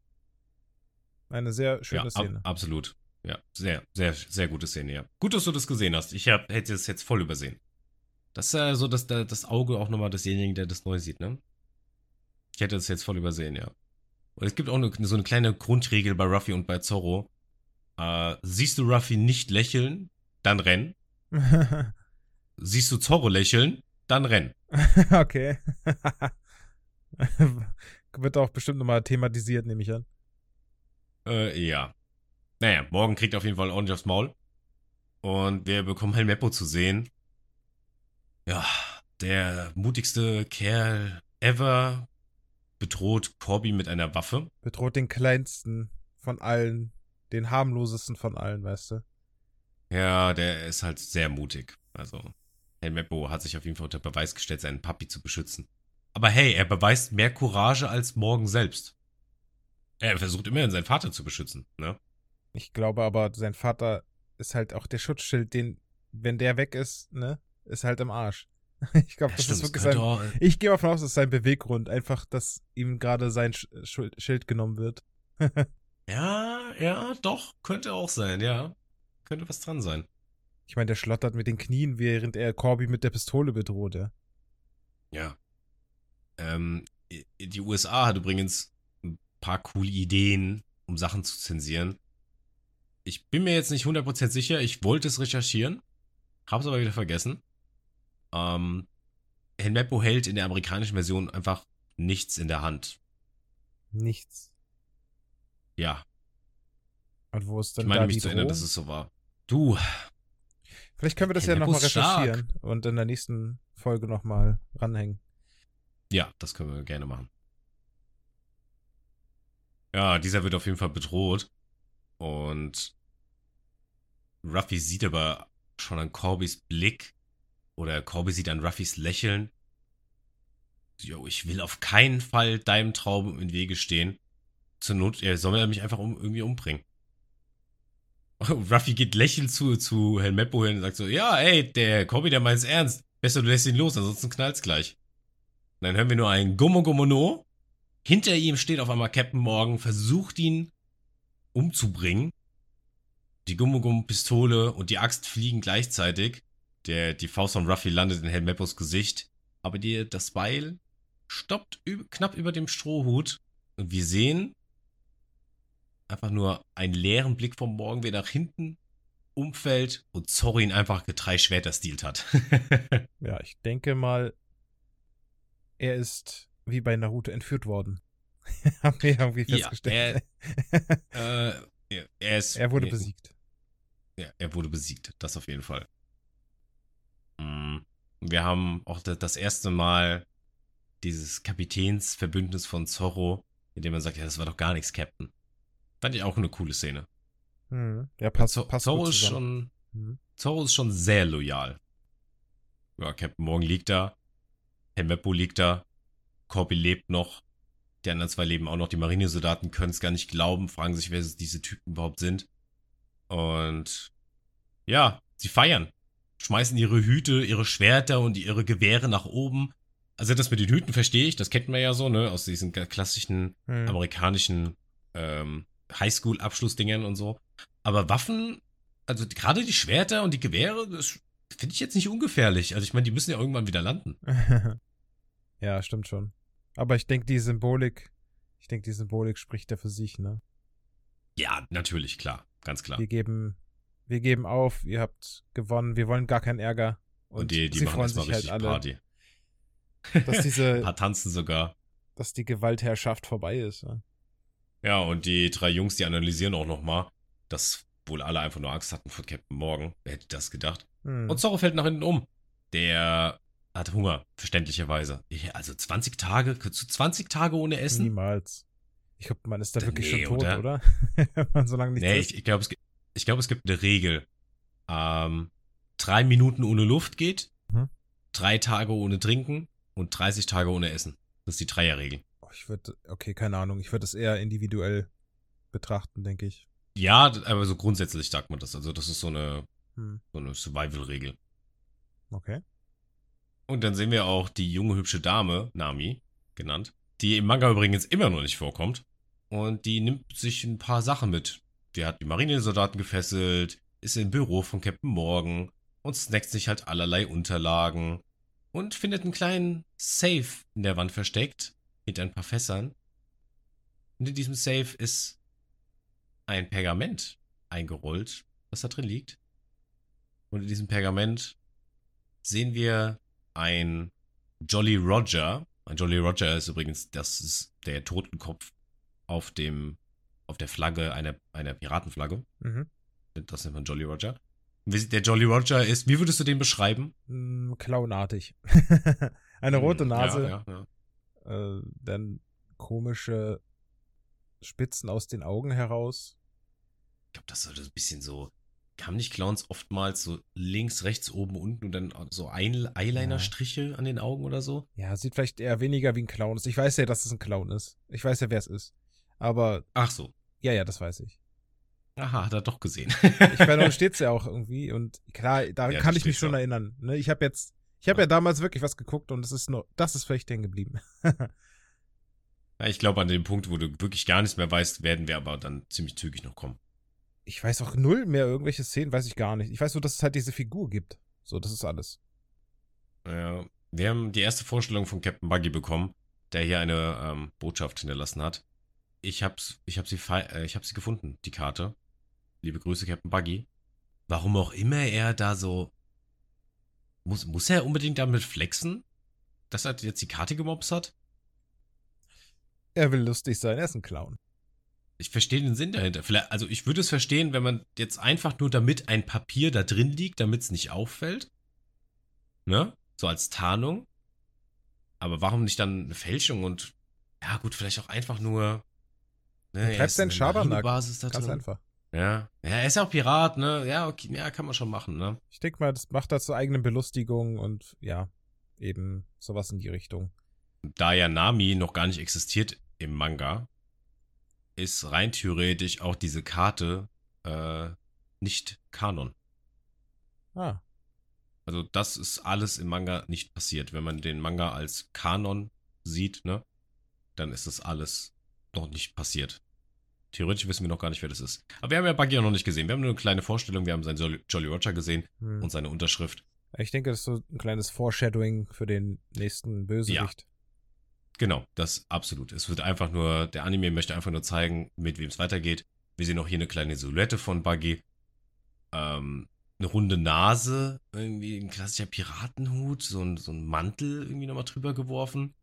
Eine sehr schöne Ja, Szene. ab, absolut. Ja, sehr, sehr, sehr gute Szene, ja. Gut, dass du das gesehen hast. Ich hab, hätte es jetzt voll übersehen. Das ist ja so, dass da das Auge auch nochmal desjenigen, der das neu sieht, ne? Ich hätte es jetzt voll übersehen, ja. Und es gibt auch eine, so eine kleine Grundregel bei Ruffy und bei Zorro. Äh, siehst du Ruffy nicht lächeln, dann renn. Siehst du Zorro lächeln, dann renn. Okay. Wird auch bestimmt nochmal thematisiert, nehme ich an. Äh, ja. Naja, morgen kriegt er auf jeden Fall ordentlich aufs Maul. Und wir bekommen Helmeppo zu sehen. Ja, der mutigste Kerl ever bedroht Corby mit einer Waffe. Bedroht den kleinsten von allen, den harmlosesten von allen, weißt du. Ja, der ist halt sehr mutig. Also, Helmeppo hat sich auf jeden Fall unter Beweis gestellt, seinen Papi zu beschützen. Aber hey, er beweist mehr Courage als Morgan selbst. Er versucht immerhin, seinen Vater zu beschützen, ne? Ich glaube aber, sein Vater ist halt auch der Schutzschild, den, wenn der weg ist, ne, ist halt im Arsch. Ich glaube, Ja, das stimmt, ist wirklich könnte sein. auch- Ich gehe davon aus, das ist sein Beweggrund, einfach, dass ihm gerade sein Sch Sch Schild genommen wird. Ja, ja, doch, könnte auch sein, ja. Könnte was dran sein. Ich meine, der schlottert mit den Knien, während er Corby mit der Pistole bedroht, ja. Ja. Ähm, die U S A hat übrigens ein paar coole Ideen, um Sachen zu zensieren. Ich bin mir jetzt nicht hundert Prozent sicher. Ich wollte es recherchieren, hab's aber wieder vergessen. Ähm, Helmeppo hält in der amerikanischen Version einfach nichts in der Hand. Nichts. Ja, Und wo ist ich denn meine da mich die zu erinnern, Drohung? dass es so war. Du, Vielleicht können wir das ja Helmeppo nochmal ist stark. recherchieren und in der nächsten Folge nochmal ranhängen. ja, das können wir gerne machen. Ja, dieser wird auf jeden Fall bedroht. Und Ruffy sieht aber schon an Corbys Blick, oder Corby sieht an Ruffys Lächeln. Jo, ich will auf keinen Fall deinem Traum im Wege stehen. Zur Not, er soll er mich einfach um, irgendwie umbringen. Ruffy geht lächelnd zu, zu Helmeppo hin und sagt so, ja, ey, der Corby, der meint's ernst. Besser du lässt ihn los, ansonsten knallt's gleich. Und dann hören wir nur ein Gummo Gummo No. Hinter ihm steht auf einmal Captain Morgan, versucht ihn umzubringen. Die Gummo Gummo Pistole und die Axt fliegen gleichzeitig. Der, die Faust von Ruffy landet in Helmeppos Gesicht. Aber die, das Beil stoppt üb, knapp über dem Strohhut. Und wir sehen einfach nur einen leeren Blick vom Morgen, wie er nach hinten umfällt und Zorro ihn einfach drei Schwerter stiehlt hat. Ja, ich denke mal, er ist wie bei Naruto entführt worden. Haben wir irgendwie Ja, festgestellt. äh, er, er, ist, er wurde nee, besiegt. Ja, er wurde besiegt, das auf jeden Fall. Mm, Wir haben auch das erste Mal dieses Kapitänsverbündnis von Zorro, in dem man sagt, ja, das war doch gar nichts, Captain. Fand ich auch eine coole Szene. Hm. Ja, passt, Zor- passt Zorro gut ist zusammen. schon, Hm. Zorro ist schon sehr loyal. Ja, Captain Morgan liegt da, Helmeppo liegt da, Corby lebt noch, die anderen zwei leben auch noch, die Marinesoldaten können es gar nicht glauben, fragen sich, wer diese Typen überhaupt sind. Und ja, sie feiern. Schmeißen ihre Hüte, ihre Schwerter und ihre Gewehre nach oben. Also das mit den Hüten verstehe ich, das kennt man ja so, ne, aus diesen klassischen Hm. amerikanischen ähm, Highschool-Abschlussdingern und so. Aber Waffen, also gerade die Schwerter und die Gewehre, das finde ich jetzt nicht ungefährlich. Also ich meine, die müssen ja irgendwann wieder landen. Ja, stimmt schon. Aber ich denke, die Symbolik, ich denke, die Symbolik spricht ja für sich, ne? Ja, natürlich, klar, ganz klar. Wir geben, wir geben auf, ihr habt gewonnen, wir wollen gar keinen Ärger. Und, Und, die, die sie machen freuen erstmal sich halt richtig alle, Party. dass Ein diese, paar tanzen sogar. dass die Gewaltherrschaft vorbei ist. Ne? Ja, und die drei Jungs, die analysieren auch nochmal, dass wohl alle einfach nur Angst hatten vor Captain Morgan. Wer hätte das gedacht? Hm. Und Zorro fällt nach hinten um. Der hat Hunger, verständlicherweise. Also zwanzig Tage, zu zwanzig Tage ohne Essen? Niemals. Ich glaube, man ist da Nee, wirklich schon tot, oder? oder? Wenn man so lange nichts Nee, isst. ich, ich glaube, es, gibt- ich glaub, es gibt eine Regel. Ähm, drei Minuten ohne Luft geht, Mhm. drei Tage ohne Trinken und dreißig Tage ohne Essen. Das ist die Dreierregel. Oh, ich würde, okay, keine Ahnung. Ich würde es eher individuell betrachten, denke ich. Ja, aber so grundsätzlich sagt man das. Also das ist so eine, Hm. so eine Survival-Regel. Okay. Und dann sehen wir auch die junge, hübsche Dame, Nami, genannt, die im Manga übrigens immer noch nicht vorkommt. Und die nimmt sich ein paar Sachen mit. Die hat die Marinesoldaten gefesselt, ist im Büro von Captain Morgan und snackt sich halt allerlei Unterlagen und findet einen kleinen Safe in der Wand versteckt, hinter ein paar Fässern. Und in diesem Safe ist ein Pergament eingerollt, was da drin liegt. Und in diesem Pergament sehen wir ein Jolly Roger. Ein Jolly Roger ist übrigens, das ist der Totenkopf auf dem, auf der Flagge einer, einer Piratenflagge. Mhm. Das nennt man Jolly Roger. Wie- Der Jolly Roger ist, wie würdest du den beschreiben? Hm, clownartig. Eine rote Hm, Nase, Ja, ja, ja. Äh, dann komische Spitzen aus den Augen heraus. Ich glaube, das sollte ein bisschen so. Kamen nicht Clowns oftmals so links, rechts, oben, unten und dann so Ein- Eyeliner-Striche an den Augen oder so? Ja, sieht vielleicht eher weniger wie ein Clown aus. Ich weiß ja, dass es ein Clown ist. Ich weiß ja, wer es ist. Aber, Ach so. ja, ja, das weiß ich. Aha, hat er doch gesehen. Ich meine, da steht's ja auch irgendwie. Und klar, daran Ja, kann da ich mich steht's schon auch. erinnern. Ne, ich habe jetzt, ich habe ja. ja damals wirklich was geguckt und es ist nur, das ist vielleicht hängen geblieben. Ja, ich glaube, an dem Punkt, wo du wirklich gar nichts mehr weißt, werden wir aber dann ziemlich zügig noch kommen. Ich weiß auch null mehr irgendwelche Szenen, weiß ich gar nicht. Ich weiß nur, dass es halt diese Figur gibt. So, das ist alles. Ja, wir haben die erste Vorstellung von Captain Buggy bekommen, der hier eine ähm, Botschaft hinterlassen hat. Ich hab's, ich hab sie, fei- äh, ich hab sie gefunden, die Karte. Liebe Grüße, Captain Buggy. Warum auch immer er da so. Muss, muss er unbedingt damit flexen, dass er jetzt die Karte gemobst hat? Er will lustig sein, er ist ein Clown. Ich verstehe den Sinn dahinter. Vielleicht, also ich würde es verstehen, wenn man jetzt einfach nur damit ein Papier da drin liegt, damit es nicht auffällt. Ne? So als Tarnung. Aber warum nicht dann eine Fälschung und ja gut, vielleicht auch einfach nur. Ne, Er er treibt ist seinen eine Schabernack. Marinebasis da Ganz drin. einfach. Ja. Ja, er ist ja auch Pirat, ne? Ja, okay, ja, kann man schon machen, ne? Ich denke mal, das macht das zur eigenen Belustigung und ja, eben sowas in die Richtung. Da ja Nami noch gar nicht existiert im Manga, ist rein theoretisch auch diese Karte äh, nicht Kanon. Ah, Also das ist alles im Manga nicht passiert. Wenn man den Manga als Kanon sieht, ne, dann ist das alles noch nicht passiert. Theoretisch wissen wir noch gar nicht, wer das ist. Aber wir haben ja Buggy auch noch nicht gesehen. Wir haben nur eine kleine Vorstellung. Wir haben seinen Jolly, Jolly Roger gesehen hm. und seine Unterschrift. Ich denke, das ist so ein kleines Foreshadowing für den nächsten Bösewicht. Genau, das absolut. Es wird einfach nur, der Anime möchte einfach nur zeigen, mit wem es weitergeht. Wir sehen auch hier eine kleine Silhouette von Buggy. Ähm, eine runde Nase, irgendwie ein klassischer Piratenhut, so ein, so ein Mantel irgendwie nochmal drüber geworfen.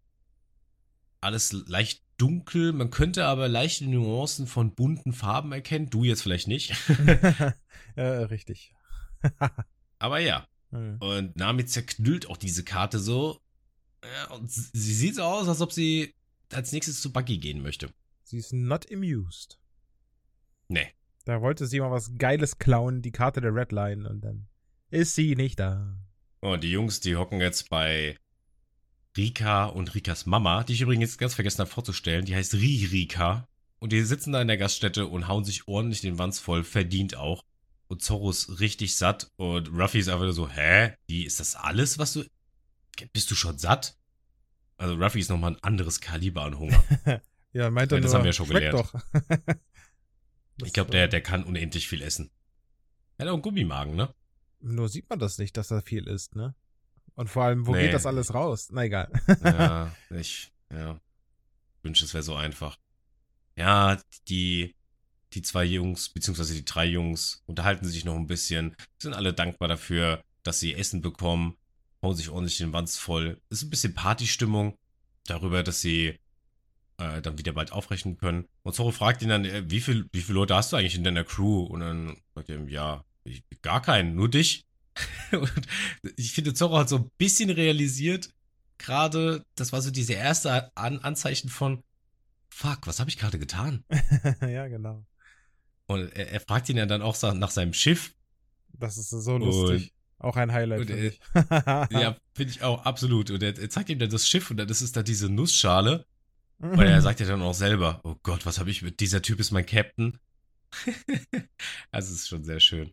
Alles leicht dunkel, man könnte aber leichte Nuancen von bunten Farben erkennen. Du jetzt vielleicht nicht. Ja, richtig. Aber ja. Hm. Und Nami zerknüllt auch diese Karte so. Ja, und sie sie sieht so aus, als ob sie als nächstes zu Buggy gehen möchte. Sie ist not amused. Nee. Da wollte sie mal was Geiles klauen, die Karte der Red Line, und dann ist sie nicht da. Und die Jungs, die hocken jetzt bei Rika und Rikas Mama, die ich übrigens ganz vergessen habe vorzustellen. Die heißt Ririka. Und die sitzen da in der Gaststätte und hauen sich ordentlich den Wanz voll, verdient auch. Und Zorro ist richtig satt. Und Ruffy ist einfach nur so, hä? Die, ist das alles, was du... Bist du schon satt? Also Ruffy ist nochmal ein anderes Kaliber an Hunger. Ja, meint er Ja, das nur, haben wir ja schon schmeckt gelernt. doch. Ich glaube, der, der kann unendlich viel essen. Er hat auch einen Gummimagen, ne? Nur sieht man das nicht, dass er viel isst, ne? Und vor allem, wo Nee. geht das alles raus? Na egal. Ja, ich, ja. Wünsche, es wäre so einfach. Ja, die, die zwei Jungs, beziehungsweise die drei Jungs, unterhalten sich noch ein bisschen, sind alle dankbar dafür, dass sie Essen bekommen, hauen sich ordentlich den Wanz voll. Ist ein bisschen Partystimmung darüber, dass sie äh, dann wieder bald aufrechnen können. Und Zorro fragt ihn dann, äh, wie, viel, wie viele Leute hast du eigentlich in deiner Crew? Und dann sagt er ihm, ja, ich, gar keinen, nur dich. Und ich finde, Zorro hat so ein bisschen realisiert, gerade, das war so diese erste An Anzeichen von, fuck, was habe ich gerade getan? Ja, genau. Und er, er fragt ihn ja dann auch nach seinem Schiff. Das ist so lustig. Auch ein Highlight und, für äh, mich. Ja, finde ich auch, absolut. Und er, er zeigt ihm dann das Schiff und dann ist es da diese Nussschale. Und er sagt ja dann auch selber, oh Gott, was habe ich mit, dieser Typ ist mein Captain. Also es ist schon sehr schön.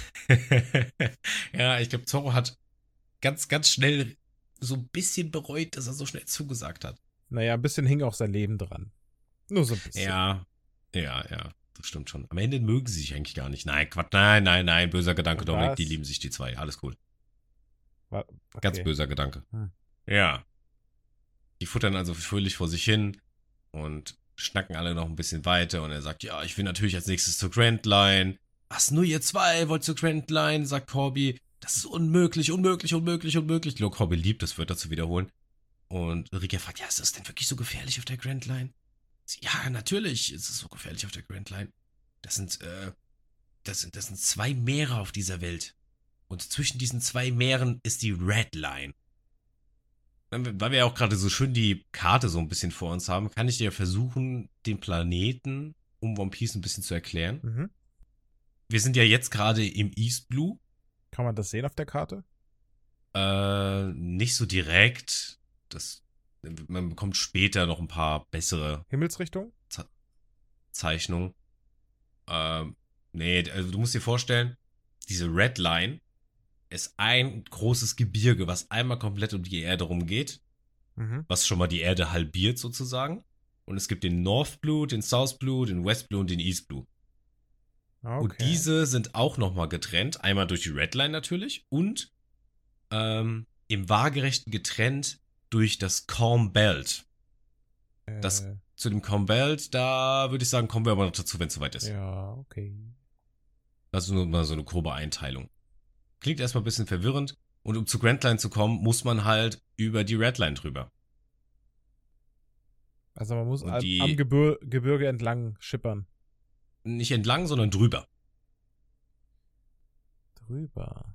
Ja, ich glaube, Zorro hat ganz, ganz schnell so ein bisschen bereut, dass er so schnell zugesagt hat. Naja, ein bisschen hing auch sein Leben dran. Nur so ein bisschen. Ja, ja, ja, das stimmt schon. Am Ende mögen sie sich eigentlich gar nicht. Nein, Quatsch, nein, nein, nein, böser Gedanke, Was? Dominik, die lieben sich, die zwei. Alles cool. Wa- okay. Ganz böser Gedanke. Hm. Ja. Die futtern also fröhlich vor sich hin und schnacken alle noch ein bisschen weiter. Und er sagt, ja, ich will natürlich als nächstes zur Grand Line. Was, nur ihr zwei wollt zur Grand Line, sagt Corby. Das ist unmöglich, unmöglich, unmöglich, unmöglich. Lo, Corby liebt es, Wörter zu wiederholen. Und Rika fragt, ja, ist das denn wirklich so gefährlich auf der Grand Line? Sie, ja, natürlich ist es so gefährlich auf der Grand Line. Das sind, äh, das sind, das sind zwei Meere auf dieser Welt. Und zwischen diesen zwei Meeren ist die Red Line. Weil wir ja auch gerade so schön die Karte so ein bisschen vor uns haben, kann ich dir versuchen, den Planeten um One Piece ein bisschen zu erklären. Mhm. Wir sind ja jetzt gerade im East Blue. Kann man das sehen auf der Karte? Äh, nicht so direkt. Das, man bekommt später noch ein paar bessere Himmelsrichtung? Zeichnungen. Ähm, nee, also du musst dir vorstellen, diese Red Line ist ein großes Gebirge, was einmal komplett um die Erde rumgeht, Mhm. was schon mal die Erde halbiert sozusagen. Und es gibt den North Blue, den South Blue, den West Blue und den East Blue. Okay. Und diese sind auch nochmal getrennt. Einmal durch die Red Line natürlich und ähm, im Waagerechten getrennt durch das Calm Belt. Das, äh, zu dem Calm Belt, da würde ich sagen, kommen wir aber noch dazu, wenn es soweit ist. Ja, okay. Das ist nur mal so eine grobe Einteilung. Klingt erstmal ein bisschen verwirrend. Und um zu Grand Line zu kommen, muss man halt über die Red Line drüber. Also man muss Und am, die- am Gebir Gebirge entlang schippern. Nicht entlang, sondern drüber. Drüber.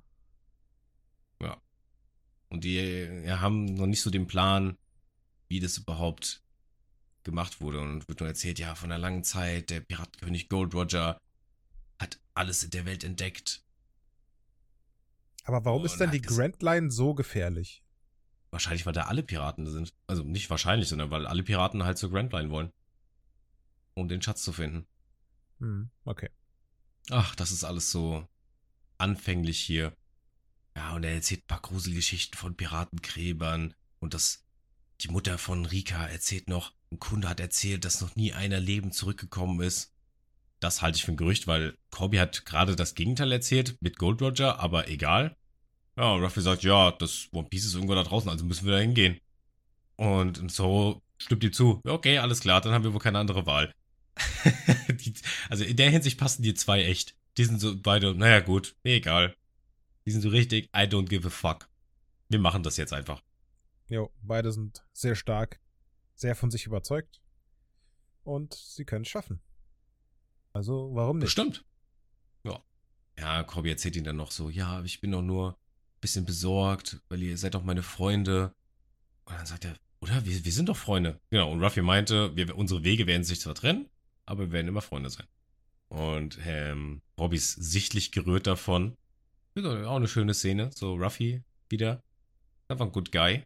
Und die ja, haben noch nicht so den Plan, wie das überhaupt gemacht wurde. Und wird nur erzählt, ja, von einer langen Zeit, der Piratenkönig Gold Roger hat alles in der Welt entdeckt. Aber warum Oh, ist denn na, die das- Grand Line so gefährlich? Wahrscheinlich, weil da alle Piraten sind. Also nicht wahrscheinlich, sondern weil alle Piraten halt zur Grand Line wollen. Um den Schatz zu finden. Hm, okay. Ach, das ist alles so anfänglich hier. Ja, und er erzählt ein paar Gruselgeschichten von Piratengräbern. Und das, die Mutter von Rika erzählt noch, ein Kunde hat erzählt, dass noch nie einer lebend zurückgekommen ist. Das halte ich für ein Gerücht, weil Corby hat gerade das Gegenteil erzählt mit Gold Roger, aber egal. Ja, und Ruffy sagt, ja, das One Piece ist irgendwo da draußen, also müssen wir da hingehen. Und, und so stimmt ihm zu. Ja, okay, alles klar, dann haben wir wohl keine andere Wahl. die, also in der Hinsicht passen die zwei echt. Die sind so beide, naja gut, nee, egal. Die sind so richtig, I don't give a fuck. Wir machen das jetzt einfach. Jo, beide sind sehr stark, sehr von sich überzeugt. Und sie können es schaffen. Also, warum nicht? Bestimmt. Ja. Ja, Corby erzählt ihm dann noch so, ja, ich bin doch nur ein bisschen besorgt, weil ihr seid doch meine Freunde. Und dann sagt er, oder? Wir, wir sind doch Freunde. Genau, und Ruffy meinte, wir, unsere Wege werden sich zwar trennen, aber wir werden immer Freunde sein. Und ähm, Bobby ist sichtlich gerührt davon. Ist auch eine schöne Szene. So Ruffy wieder. Das war ein good guy.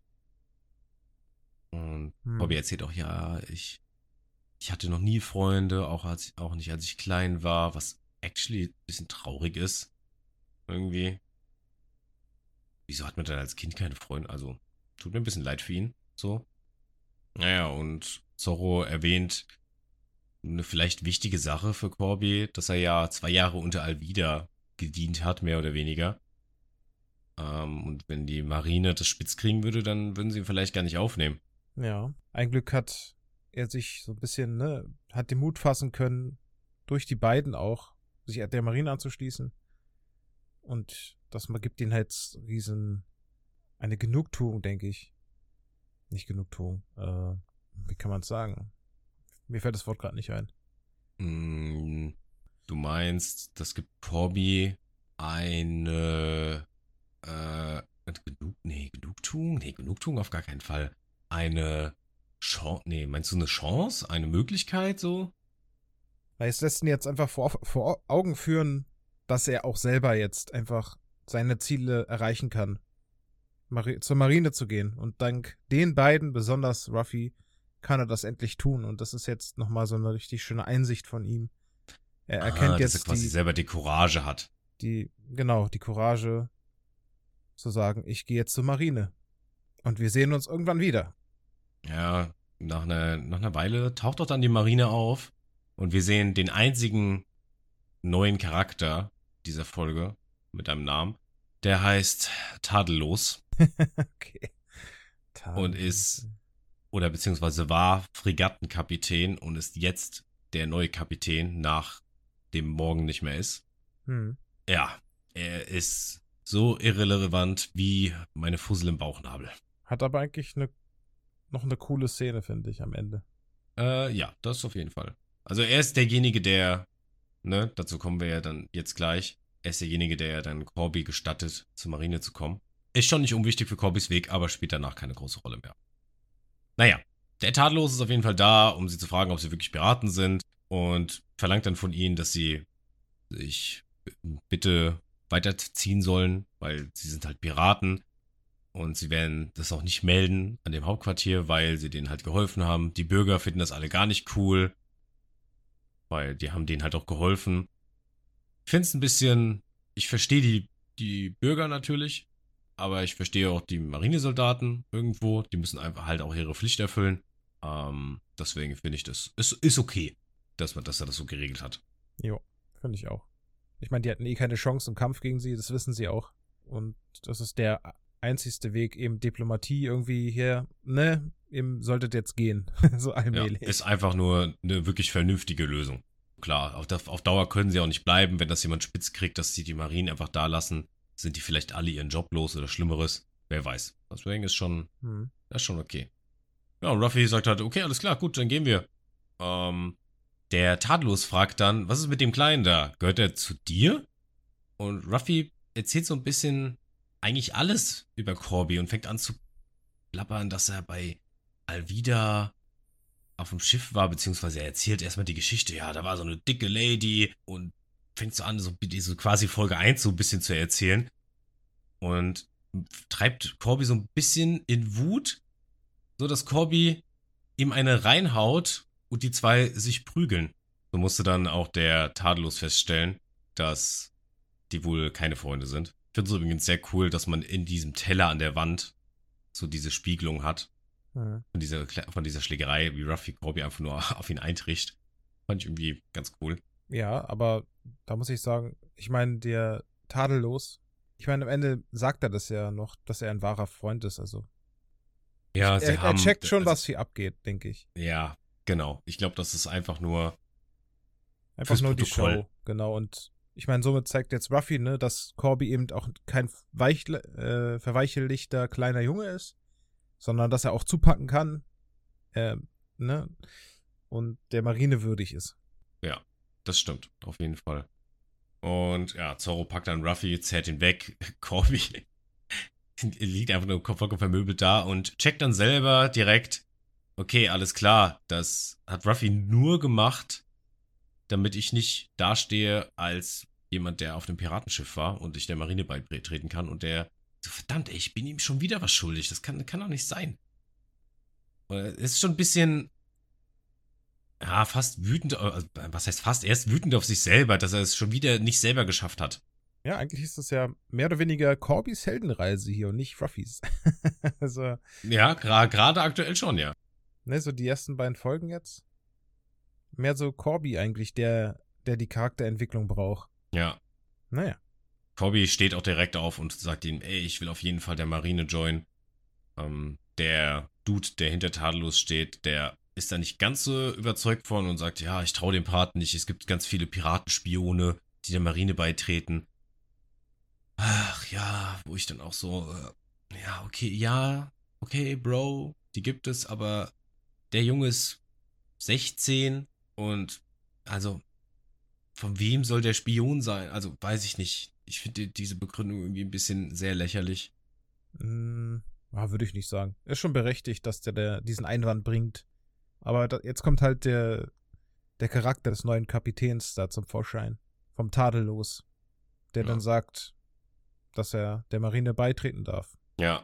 Und hm. Bobby erzählt auch, ja, ich, ich hatte noch nie Freunde, auch, als, auch nicht, als ich klein war, was actually ein bisschen traurig ist. Irgendwie. Wieso hat man dann als Kind keine Freunde? Also, tut mir ein bisschen leid für ihn. So. Naja, und Zorro erwähnt eine vielleicht wichtige Sache für Corby, dass er ja zwei Jahre unter Alvida gedient hat, mehr oder weniger. Ähm, und wenn die Marine das spitz kriegen würde, dann würden sie ihn vielleicht gar nicht aufnehmen. Ja, ein Glück hat er sich so ein bisschen, ne, hat den Mut fassen können, durch die beiden auch, sich der Marine anzuschließen. Und das gibt ihnen halt riesen, eine Genugtuung, denke ich. Nicht Genugtuung, äh, wie kann man es sagen? Mir fällt das Wort gerade nicht ein. Mm, du meinst, das gibt Corby eine, äh, Genug, nee, Genugtuung? Nee, Genugtuung auf gar keinen Fall. Eine Chance, nee, meinst du eine Chance? Eine Möglichkeit so? Weil es lässt ihn jetzt einfach vor, vor Augen führen, dass er auch selber jetzt einfach seine Ziele erreichen kann. Mari- zur Marine zu gehen. Und dank den beiden, besonders Ruffy, kann er das endlich tun. Und das ist jetzt nochmal so eine richtig schöne Einsicht von ihm. Er Aha, erkennt jetzt, dass er quasi die, selber die Courage hat. Die, genau, die Courage zu sagen, ich gehe jetzt zur Marine. Und wir sehen uns irgendwann wieder. Ja, nach einer, nach einer Weile taucht doch dann die Marine auf. Und wir sehen den einzigen neuen Charakter dieser Folge mit einem Namen. Der heißt Tadellos. Okay. Tadellos. Und ist, oder beziehungsweise war Fregattenkapitän und ist jetzt der neue Kapitän, nachdem Morgan nicht mehr ist. Hm. Ja, er ist so irrelevant wie meine Fussel im Bauchnabel. Hat aber eigentlich eine, noch eine coole Szene, finde ich, am Ende. Äh, ja, das auf jeden Fall. Also er ist derjenige, der, ne, dazu kommen wir ja dann jetzt gleich, er ist derjenige, der dann Corby gestattet, zur Marine zu kommen. Ist schon nicht unwichtig für Corbys Weg, aber spielt danach keine große Rolle mehr. Naja, der Tadellos ist auf jeden Fall da, um sie zu fragen, ob sie wirklich Piraten sind und verlangt dann von ihnen, dass sie sich bitte weiterziehen sollen, weil sie sind halt Piraten und sie werden das auch nicht melden an dem Hauptquartier, weil sie denen halt geholfen haben. Die Bürger finden das alle gar nicht cool, weil die haben denen halt auch geholfen. Ich finde es ein bisschen, ich verstehe die, die Bürger natürlich, aber ich verstehe auch die Marinesoldaten irgendwo, die müssen einfach halt auch ihre Pflicht erfüllen. Ähm, deswegen finde ich das, es ist okay, dass man, dass er das so geregelt hat. Jo, finde ich auch. Ich meine, die hatten eh keine Chance im Kampf gegen sie, das wissen sie auch. Und das ist der einzigste Weg, eben Diplomatie irgendwie hier, ne, eben solltet jetzt gehen. So allmählich. Ja, ist einfach nur eine wirklich vernünftige Lösung. Klar, auf, auf Dauer können sie auch nicht bleiben, wenn das jemand spitz kriegt, dass sie die Marinen einfach da lassen, sind die vielleicht alle ihren Job los oder Schlimmeres. Wer weiß. Deswegen ist schon, hm. das ist schon okay. Ja, und Ruffy sagt halt, okay, alles klar, gut, dann gehen wir. Ähm, Der Tadellos fragt dann, was ist mit dem Kleinen da? Gehört er zu dir? Und Ruffy erzählt so ein bisschen eigentlich alles über Corby und fängt an zu plappern, dass er bei Alvida auf dem Schiff war, beziehungsweise er erzählt erstmal die Geschichte. Ja, da war so eine dicke Lady und fängt so an, so, so quasi Folge eins so ein bisschen zu erzählen. Und treibt Corby so ein bisschen in Wut, so dass Corby ihm eine reinhaut und die zwei sich prügeln. So musste dann auch der Tadellos feststellen, dass die wohl keine Freunde sind. Ich finde es übrigens sehr cool, dass man in diesem Teller an der Wand so diese Spiegelung hat. Mhm. Von, dieser, von dieser Schlägerei, wie Ruffy Corby einfach nur auf ihn eintricht. Fand ich irgendwie ganz cool. Ja, aber da muss ich sagen, ich meine, der Tadellos, ich meine, am Ende sagt er das ja noch, dass er ein wahrer Freund ist, also. Ja, ich, sie er, haben, er checkt schon, also, was hier abgeht, denke ich. Ja, genau. Ich glaube, das ist einfach nur Einfach nur die Show, genau. Und ich meine, somit zeigt jetzt Ruffy, ne, dass Corby eben auch kein Weichle, äh, verweichlichter kleiner Junge ist, sondern dass er auch zupacken kann, äh, ne, und der Marine würdig ist. Ja, das stimmt, auf jeden Fall. Und ja, Zorro packt dann Ruffy, zerrt ihn weg. Corby liegt einfach nur vollkommen vermöbelt da und checkt dann selber direkt, okay, alles klar, das hat Ruffy nur gemacht, damit ich nicht dastehe als jemand, der auf dem Piratenschiff war und ich der Marine beitreten kann und der so, verdammt, ey, ich bin ihm schon wieder was schuldig, das kann, kann doch nicht sein. Es ist schon ein bisschen, ja, fast wütend, also, was heißt fast, er ist wütend auf sich selber, dass er es schon wieder nicht selber geschafft hat. Ja, eigentlich ist das ja mehr oder weniger Corbys Heldenreise hier und nicht Ruffys. also, Ja, gerade gra- aktuell schon, ja. Ne, so die ersten beiden Folgen jetzt. Mehr so Corby eigentlich, der, der die Charakterentwicklung braucht. Ja. Naja. Corby steht auch direkt auf und sagt ihm, ey, ich will auf jeden Fall der Marine joinen. Ähm, der Dude, der hinter Tadellos steht, der ist da nicht ganz so überzeugt von und sagt, ja, ich traue dem Piraten nicht, es gibt ganz viele Piratenspione, die der Marine beitreten. Ach ja, wo ich dann auch so, äh, ja, okay, ja, okay, Bro, die gibt es, aber der Junge ist sechzehn und also von wem soll der Spion sein? Also weiß ich nicht. Ich finde diese Begründung irgendwie ein bisschen sehr lächerlich. Hm, ah, würde ich nicht sagen. Ist schon berechtigt, dass der, der diesen Einwand bringt. Aber da, jetzt kommt halt der, der Charakter des neuen Kapitäns da zum Vorschein. Vom Tadellos. Der Ja. dann sagt, dass er der Marine beitreten darf. Ja.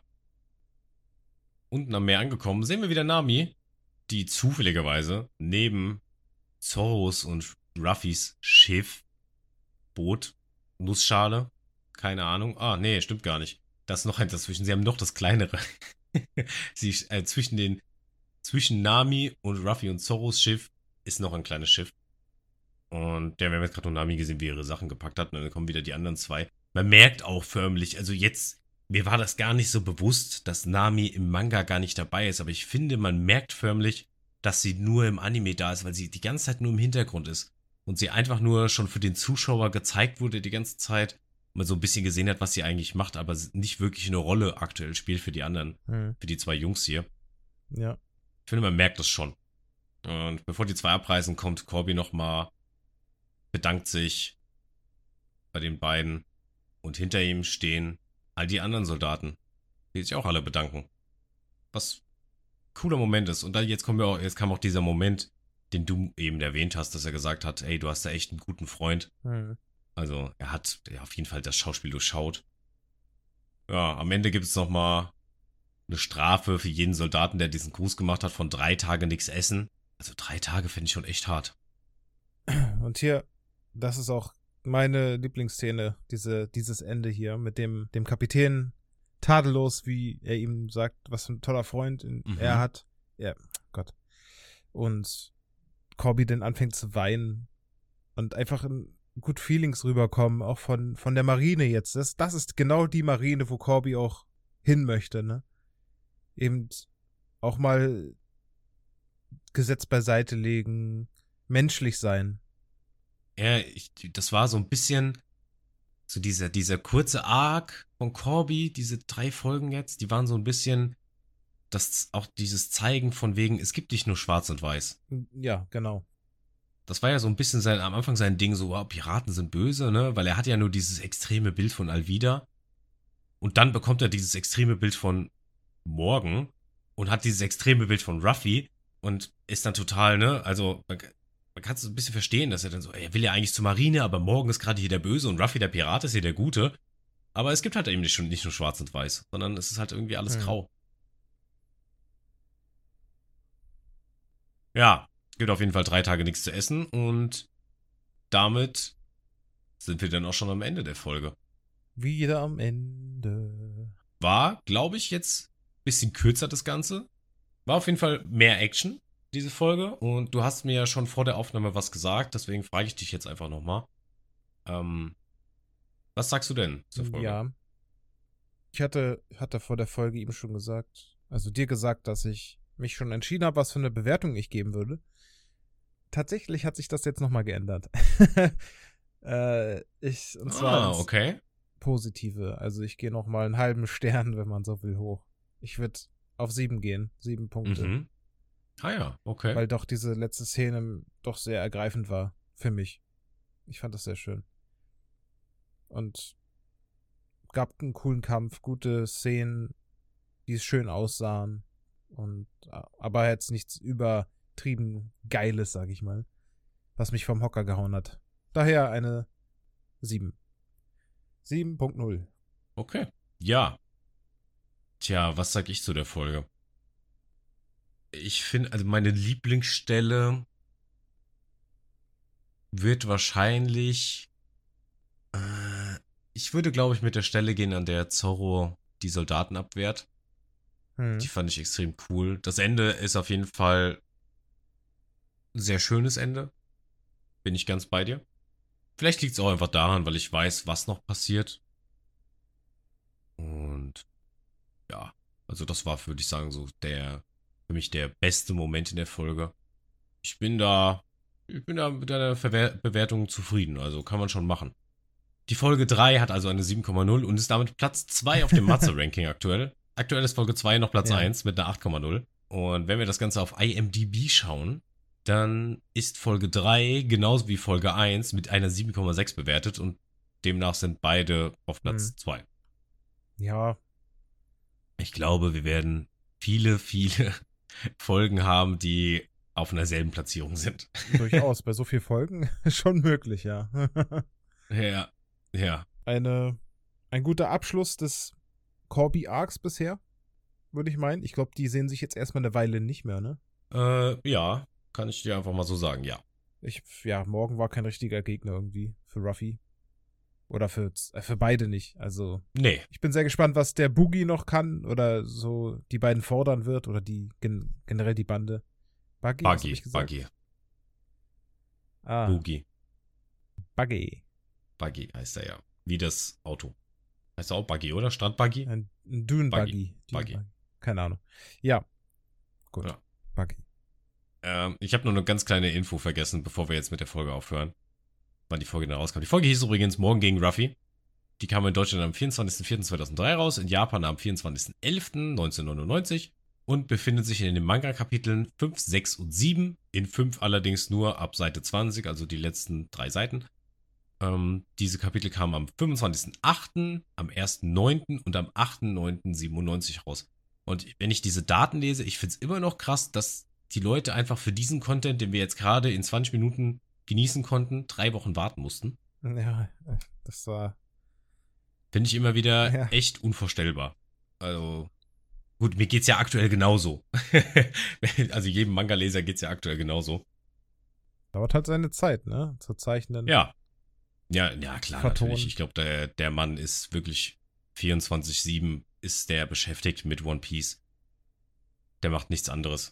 Unten am Meer angekommen, sehen wir wieder Nami, die zufälligerweise neben Zorros und Ruffys Schiff, Boot, Nussschale, keine Ahnung. Ah, nee, stimmt gar nicht. Das ist noch eins dazwischen. Sie haben noch das kleinere. Sie, äh, zwischen den, zwischen Nami und Ruffy und Zorros Schiff ist noch ein kleines Schiff. Und der, wir haben jetzt gerade nur Nami gesehen, wie ihre Sachen gepackt hat. Und dann kommen wieder die anderen zwei. Man merkt auch förmlich, also jetzt, mir war das gar nicht so bewusst, dass Nami im Manga gar nicht dabei ist. Aber ich finde, man merkt förmlich, dass sie nur im Anime da ist, weil sie die ganze Zeit nur im Hintergrund ist. Und sie einfach nur schon für den Zuschauer gezeigt wurde die ganze Zeit. Man so ein bisschen gesehen hat, was sie eigentlich macht, aber nicht wirklich eine Rolle aktuell spielt für die anderen, Hm. für die zwei Jungs hier. Ja. Ich finde, man merkt das schon. Und bevor die zwei abreisen, kommt Corby nochmal, bedankt sich bei den beiden und hinter ihm stehen all die anderen Soldaten, die sich auch alle bedanken. Was cooler Moment ist. Und dann jetzt kommen wir auch, jetzt kam auch dieser Moment, den du eben erwähnt hast, dass er gesagt hat, ey, du hast da echt einen guten Freund. Hm. Also er hat ja, auf jeden Fall das Schauspiel durchschaut. Ja, am Ende gibt es nochmal eine Strafe für jeden Soldaten, der diesen Gruß gemacht hat, von drei Tage nichts essen. Also drei Tage finde ich schon echt hart. Und hier, das ist auch meine Lieblingsszene, diese, dieses Ende hier mit dem, dem Kapitän tadellos, wie er ihm sagt, was für ein toller Freund Mhm. er hat. Ja, Gott. Und Corby dann anfängt zu weinen und einfach in gut Feelings rüberkommen, auch von, von der Marine jetzt. Das, das ist genau die Marine, wo Corby auch hin möchte, ne? Eben auch mal Gesetz beiseite legen, menschlich sein. Ja, ich, das war so ein bisschen so dieser, dieser kurze Arc von Corby, diese drei Folgen jetzt, die waren so ein bisschen das auch dieses Zeigen von wegen, es gibt nicht nur schwarz und weiß. Ja, genau. Das war ja so ein bisschen sein, am Anfang sein Ding, so, wow, Piraten sind böse, ne? Weil er hat ja nur dieses extreme Bild von Alvida. Und dann bekommt er dieses extreme Bild von Morgan und hat dieses extreme Bild von Ruffy und ist dann total, ne? Also, man, man kann es so ein bisschen verstehen, dass er dann so, er will ja eigentlich zur Marine, aber Morgan ist gerade hier der Böse und Ruffy der Pirat ist hier der Gute. Aber es gibt halt eben nicht, schon, nicht nur schwarz und weiß, sondern es ist halt irgendwie alles Hm. grau. Ja, gibt auf jeden Fall drei Tage nichts zu essen und damit sind wir dann auch schon am Ende der Folge. Wieder am Ende. War, glaube ich, jetzt ein bisschen kürzer das Ganze. War auf jeden Fall mehr Action, diese Folge. Und du hast mir ja schon vor der Aufnahme was gesagt, deswegen frage ich dich jetzt einfach nochmal. Ähm, was sagst du denn zur Folge? Ja. Ich hatte, hatte vor der Folge ihm schon gesagt, also dir gesagt, dass ich mich schon entschieden habe, was für eine Bewertung ich geben würde. Tatsächlich hat sich das jetzt nochmal geändert. äh, ich, und zwar Ah, ins okay. Positive. Also ich gehe nochmal einen halben Stern, wenn man so will, hoch. Ich würde auf sieben gehen. Sieben Punkte. Mhm. Ah ja, okay. Weil doch diese letzte Szene doch sehr ergreifend war. Für mich. Ich fand das sehr schön. Und gab einen coolen Kampf, gute Szenen, die schön aussahen. Und aber jetzt nichts übertrieben Geiles, sag ich mal, was mich vom Hocker gehauen hat. Daher eine sieben. sieben Punkt null. Okay. Ja. Tja, was sag ich zu der Folge? Ich finde, also meine Lieblingsstelle wird wahrscheinlich, äh, ich würde, glaube ich, mit der Stelle gehen, an der Zorro die Soldaten abwehrt. Hm. Die fand ich extrem cool. Das Ende ist auf jeden Fall ein sehr schönes Ende. Bin ich ganz bei dir. Vielleicht liegt es auch einfach daran, weil ich weiß, was noch passiert. Und ja, also das war, würde ich sagen, so der, für mich der beste Moment in der Folge. Ich bin da, ich bin da mit der Verwer- Bewertung zufrieden, also kann man schon machen. Die Folge drei hat also eine sieben Komma null und ist damit Platz zwei auf dem Matze-Ranking aktuell. Aktuell ist Folge zwei noch Platz Ja. eins mit einer acht Komma null. Und wenn wir das Ganze auf I M D B schauen, dann ist Folge drei genauso wie Folge eins mit einer sieben Komma sechs bewertet und demnach sind beide auf Platz Hm. zwei. Ja, Ich glaube, wir werden viele, viele Folgen haben, die auf einer selben Platzierung sind. durchaus. Bei so vielen Folgen schon möglich, ja. Ja, ja. Eine, ein guter Abschluss des Corby-Arcs bisher, würde ich meinen. Ich glaube, die sehen sich jetzt erstmal eine Weile nicht mehr, ne? Äh, ja, kann ich dir einfach mal so sagen, ja. Ich, ja, morgen war kein richtiger Gegner irgendwie für Ruffy. Oder für, äh, für beide nicht. Also, Nee, ich bin sehr gespannt, was der Boogie noch kann oder so die beiden fordern wird oder die gen generell die Bande. Buggy, was hab Buggy, ich gesagt? Buggy, Ah, Boogie. Buggy. Buggy heißt er ja. Wie das Auto. Heißt er auch Buggy, oder? Strandbuggy? Ein, ein Dune Buggy. Buggy. Dune Buggy. Keine Ahnung. Ja. Gut. Ja. Buggy. Ähm, ich habe nur eine ganz kleine Info vergessen, bevor wir jetzt mit der Folge aufhören. Wann die Folge dann rauskam. Die Folge hieß übrigens Morgen gegen Ruffy. Die kam in Deutschland am vierundzwanzigster vierter zweitausenddrei raus, in Japan am vierundzwanzigster elfter neunzehnhundertneunundneunzig und befindet sich in den Manga-Kapiteln fünf, sechs und sieben. In fünf allerdings nur ab Seite zwanzig, also die letzten drei Seiten. Ähm, diese Kapitel kamen am fünfundzwanzigster achter, am erster neunter und am achter neunter siebenundneunzig raus. Und wenn ich diese Daten lese, ich finde es immer noch krass, dass die Leute einfach für diesen Content, den wir jetzt gerade in zwanzig Minuten genießen konnten, drei Wochen warten mussten. Ja, das war. Finde ich immer wieder Ja. echt unvorstellbar. Also, gut, mir geht's ja aktuell genauso. Also jedem Manga-Leser geht's ja aktuell genauso. Dauert halt seine Zeit, ne? Zu zeichnen. Ja. Ja, ja, klar, Vertonen. natürlich. Ich glaube, der, der Mann ist wirklich vierundzwanzig sieben ist der beschäftigt mit One Piece. Der macht nichts anderes.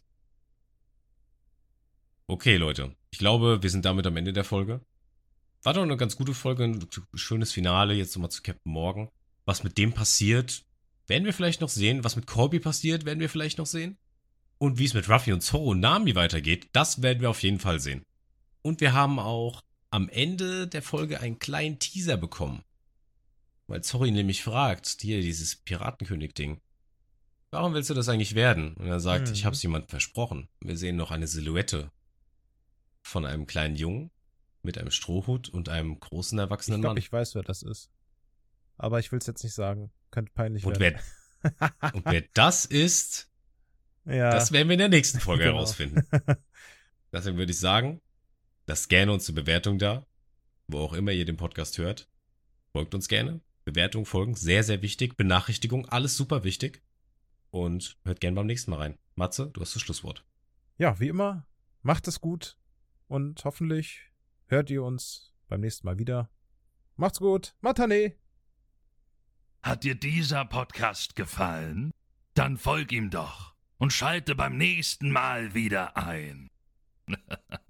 Okay, Leute. Ich glaube, wir sind damit am Ende der Folge. War doch eine ganz gute Folge, ein schönes Finale. Jetzt nochmal zu Captain Morgan. Was mit dem passiert, werden wir vielleicht noch sehen. Was mit Corby passiert, werden wir vielleicht noch sehen. Und wie es mit Ruffy und Zoro und Nami weitergeht, das werden wir auf jeden Fall sehen. Und wir haben auch am Ende der Folge einen kleinen Teaser bekommen. Weil Zoro ihn nämlich fragt, hier, dieses Piratenkönig-Ding. Warum willst du das eigentlich werden? Und er sagt, Mhm. ich habe es jemandem versprochen. Wir sehen noch eine Silhouette von einem kleinen Jungen mit einem Strohhut und einem großen Ich erwachsenen glaube, Mann. ich weiß, wer das ist. Aber ich will es jetzt nicht sagen. Könnte peinlich Und werden. wer, und wer das ist, ja. das werden wir in der nächsten Folge Genau. herausfinden. Deswegen würde ich sagen, lasst gerne uns eine Bewertung da, wo auch immer ihr den Podcast hört. Folgt uns gerne. Bewertung, Folgen, sehr, sehr wichtig. Benachrichtigung, alles super wichtig. Und hört gerne beim nächsten Mal rein. Matze, du hast das Schlusswort. Ja, wie immer, macht es gut und hoffentlich hört ihr uns beim nächsten Mal wieder. Macht's gut. Matane. Hat dir dieser Podcast gefallen? Dann folg ihm doch und schalte beim nächsten Mal wieder ein.